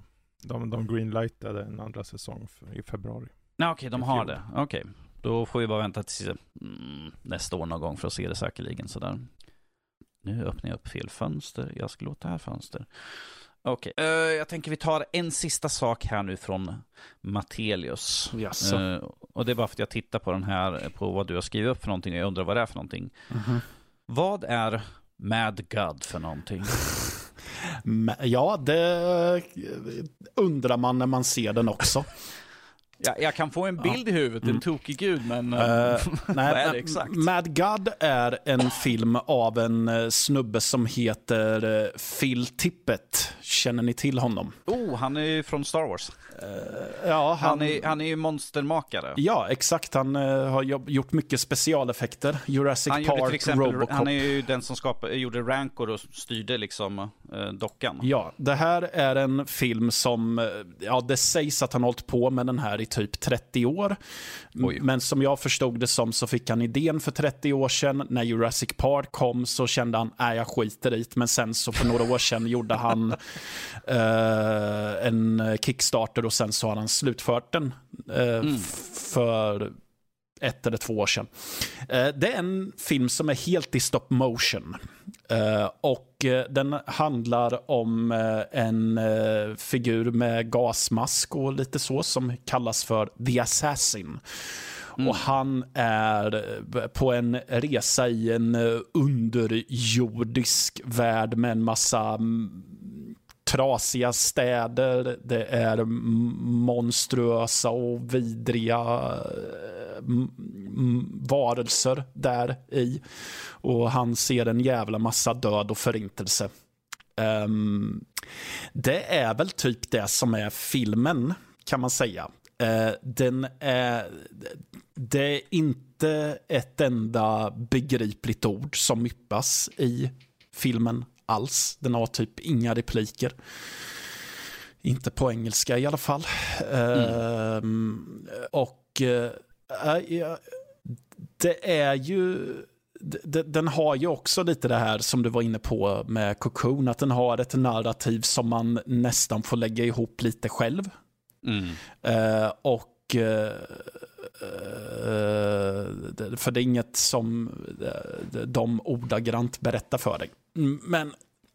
De, de greenlightade en andra säsong för, i februari. Nej, okej, okay, de har det. Okej, okay. Då får vi bara vänta till mm, nästa år någon gång för att se det säkerligen sådär. Nu öppnar jag upp fel fönster. Jag ska låta här fönster. Okej, okay. uh, jag tänker vi tar en sista sak här nu från Mattelius. Yes. Uh, och det är bara för att jag tittar på den här, på vad du har skrivit upp för någonting och jag undrar vad det är för någonting. Mm-hmm. Vad är Mad God för någonting? Ja, det undrar man när man ser den också. Ja, jag kan få en bild ja. i huvudet, en mm. tokig gud, men uh, nej, vad är det exakt? Mad God är en film av en snubbe som heter Phil Tippett. Känner ni till honom? Oh, han är ju från Star Wars. Uh, ja, han, han, är, han är ju monstermakare. Ja, exakt. Han uh, har gjort mycket specialeffekter. Jurassic han Park, till exempel, Robocop. Han är ju den som skapade, gjorde Rancor och styrde liksom uh, dockan. Ja, det här är en film som, ja, det sägs att han har hållit på med den här i typ trettio år. Oj. Men som jag förstod det som så fick han idén för trettio år sedan. När Jurassic Park kom så kände han, nej jag skiter i det. Men sen så för några år sedan gjorde han uh, en Kickstarter och sen så har han slutfört den uh, mm. f- för ett eller två år sedan. Uh, det är en film som är helt i stop motion. Uh, och uh, den handlar om uh, en uh, figur med gasmask och lite så som kallas för The Assassin. Mm. Och han är uh, på en resa i en uh, underjordisk värld med en massa um, trasiga städer. Det är monstruösa och vidriga m- m- varelser där i. Och han ser en jävla massa död och förintelse. Um, det är väl typ det som är filmen, kan man säga. Eh, den är, det är inte ett enda begripligt ord som yppas i filmen alls. Den har typ inga repliker. Inte på engelska i alla fall. Mm. Eh, och eh, det är ju... Den har ju också lite det här som du var inne på med Cocoon, att den har ett narrativ som man nästan får lägga ihop lite själv. Mm. Uh, och uh, uh, för det är inget som uh, de ordagrant berättar för dig. Men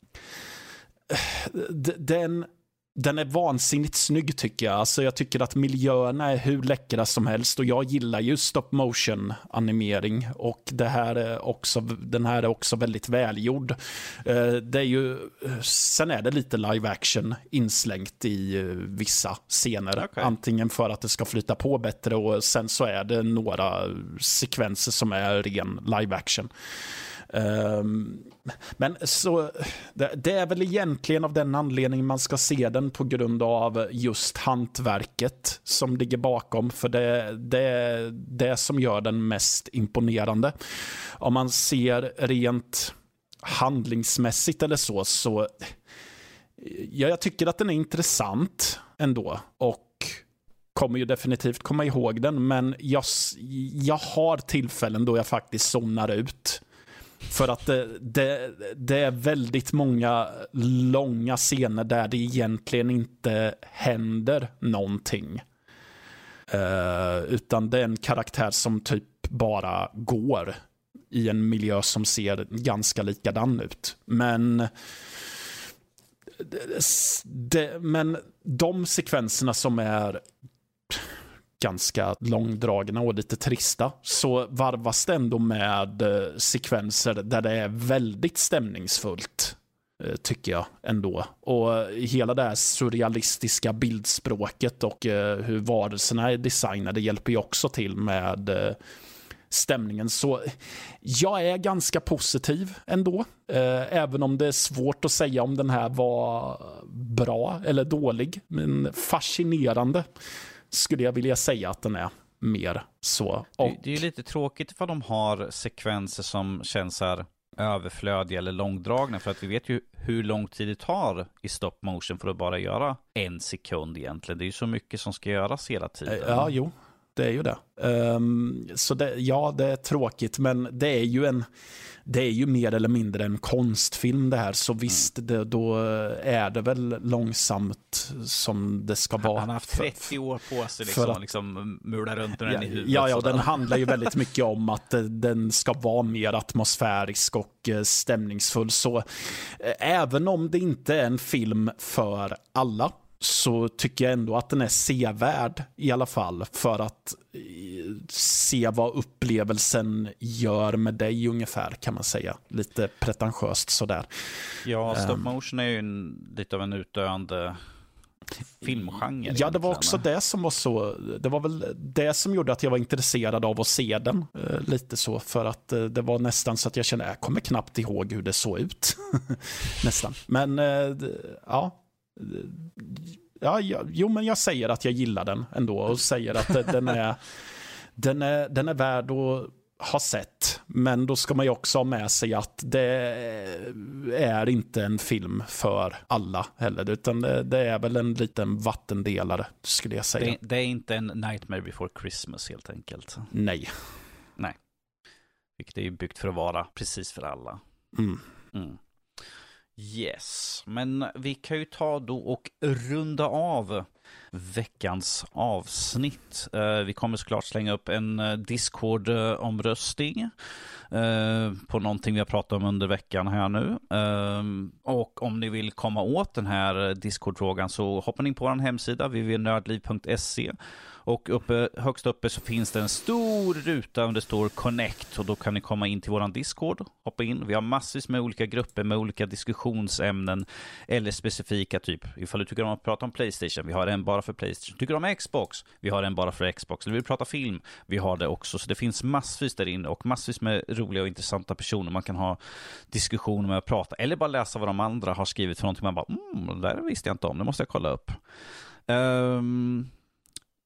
uh, den Den är vansinnigt snygg tycker jag. Alltså jag tycker att miljöerna är hur läckra som helst. Och jag gillar ju stop motion animering. Och det här är också, den här är också väldigt välgjord. Det är ju, sen är det lite live action inslängt i vissa scener. Okay. Antingen för att det ska flytta på bättre. Och sen så är det några sekvenser som är ren live action. Um, men så det, det är väl egentligen av den anledningen man ska se den, på grund av just hantverket som ligger bakom, för det, det är det som gör den mest imponerande. Om man ser rent handlingsmässigt eller så, så ja, jag tycker att den är intressant ändå och kommer ju definitivt komma ihåg den, men jag, jag har tillfällen då jag faktiskt zonar ut. För att det, det, det är väldigt många långa scener där det egentligen inte händer någonting. Uh, utan det är en karaktär som typ bara går i en miljö som ser ganska likadan ut. Men, det, men de sekvenserna som är ganska långdragna och lite trista, så varvas det ändå med eh, sekvenser där det är väldigt stämningsfullt, eh, tycker jag ändå. Och hela det här surrealistiska bildspråket och eh, hur varelserna är designade hjälper ju också till med eh, stämningen. Så jag är ganska positiv ändå, eh, även om det är svårt att säga om den här var bra eller dålig, men fascinerande skulle jag vilja säga att den är mer så. Och det, det är ju lite tråkigt för de har sekvenser som känns här överflödiga eller långdragna, för att vi vet ju hur lång tid det tar i stop motion för att bara göra en sekund egentligen. Det är ju så mycket som ska göras hela tiden. Ja, jo. Det är ju det. Um, så det, ja, det är tråkigt, men det är ju en det är ju mer eller mindre en konstfilm det här, så visst, mm. det, då är det väl långsamt som det ska vara. Han har haft trettio år på sig liksom, att liksom mula runt den ja, i huvudet. Ja, ja, den handlar ju väldigt mycket om att den ska vara mer atmosfärisk och stämningsfull, så även om det inte är en film för alla, så tycker jag ändå att den är sevärd i alla fall, för att se vad upplevelsen gör med dig ungefär, kan man säga. Lite pretentiöst sådär. Ja, stop motion är ju en, lite av en utdöende filmgenre. Ja, det var också det som var så, det var väl det som gjorde att jag var intresserad av att se den, lite så, för att det var nästan så att jag kände, jag kommer knappt ihåg hur det såg ut. Nästan. Men ja, Ja, ja, jo, men jag säger att jag gillar den ändå, och säger att den är, den är, den är värd att ha sett. Men då ska man ju också ha med sig att det är inte en film för alla heller, utan det, det är väl en liten vattendelare, skulle jag säga. Det, det är inte en Nightmare Before Christmas helt enkelt. Nej. Nej. Vilket är ju byggt för att vara precis för alla. Mm. Mm. Yes, men vi kan ju ta då och runda av veckans avsnitt. Uh, vi kommer såklart slänga upp en uh, Discord-omröstning uh, på någonting vi har pratat om under veckan här nu. Uh, och om ni vill komma åt den här Discord-frågan, så hoppar ni på vår hemsida w w w punkt nördliv punkt se. Och uppe, högst uppe så finns det en stor ruta där det står Connect, och då kan ni komma in till våran Discord, hoppa in. Vi har massvis med olika grupper med olika diskussionsämnen eller specifika typ. Ifall du tycker om att prata om PlayStation, vi har en bara för PlayStation. Tycker du om Xbox, vi har en bara för Xbox. Eller vill du prata film, vi har det också. Så det finns massvis där inne och massvis med roliga och intressanta personer man kan ha diskussioner med och prata. Eller bara läsa vad de andra har skrivit för någonting. Man bara, mm, det där visste jag inte om, det måste jag kolla upp. Um...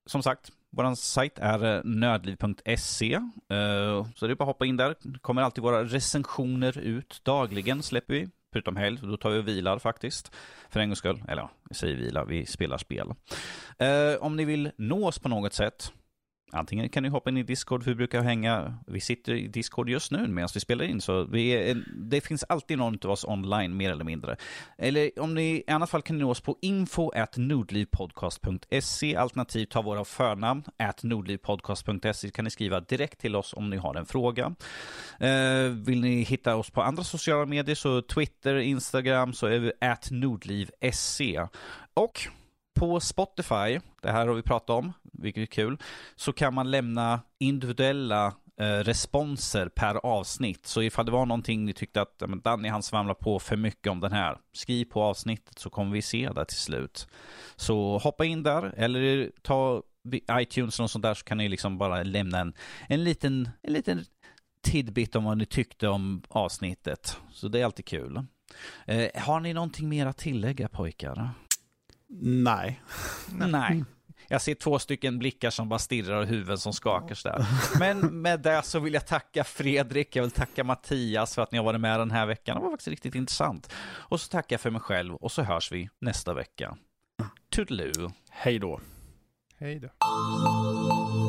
som sagt, vår sajt är nördliv punkt se. Så det är bara att hoppa in där. Det kommer alltid våra recensioner ut. Dagligen släpper vi. Förutom helg, då tar vi och vilar faktiskt. För en gångs skull. Eller ja, vi säger vila, vi spelar spel. Om ni vill nå oss på något sätt, antingen kan ni hoppa in i Discord, för vi brukar hänga. Vi sitter i Discord just nu medan vi spelar in, så vi är, det finns alltid någon av oss online mer eller mindre. Eller om ni i annat fall kan ni nå oss på info at nordlivpodcast punkt se, alternativt ta våra förnamn at nordlivpodcast punkt se, kan ni skriva direkt till oss om ni har en fråga. Eh, vill ni hitta oss på andra sociala medier, så Twitter, Instagram, så är vi at nordlivse. Och på Spotify, det här har vi pratat om, vilket är kul, så kan man lämna individuella eh, responser per avsnitt. Så ifall det var någonting ni tyckte att men Danny han svamlar på för mycket om den här, skriv på avsnittet så kommer vi se det till slut. Så hoppa in där, eller ta iTunes och sånt där, så kan ni liksom bara lämna en, en liten en liten tidbit om vad ni tyckte om avsnittet. Så det är alltid kul. Eh, har ni någonting mer att tillägga, pojkar? Nej. Nej. Jag ser två stycken blickar som bara stirrar och huvuden som skakar så där. Men med det så vill jag tacka Fredrik, jag vill tacka Mattias för att ni har varit med den här veckan. Det var faktiskt riktigt intressant. Och så tackar jag för mig själv, och så hörs vi nästa vecka. Toodaloo. Hej då. Hej då.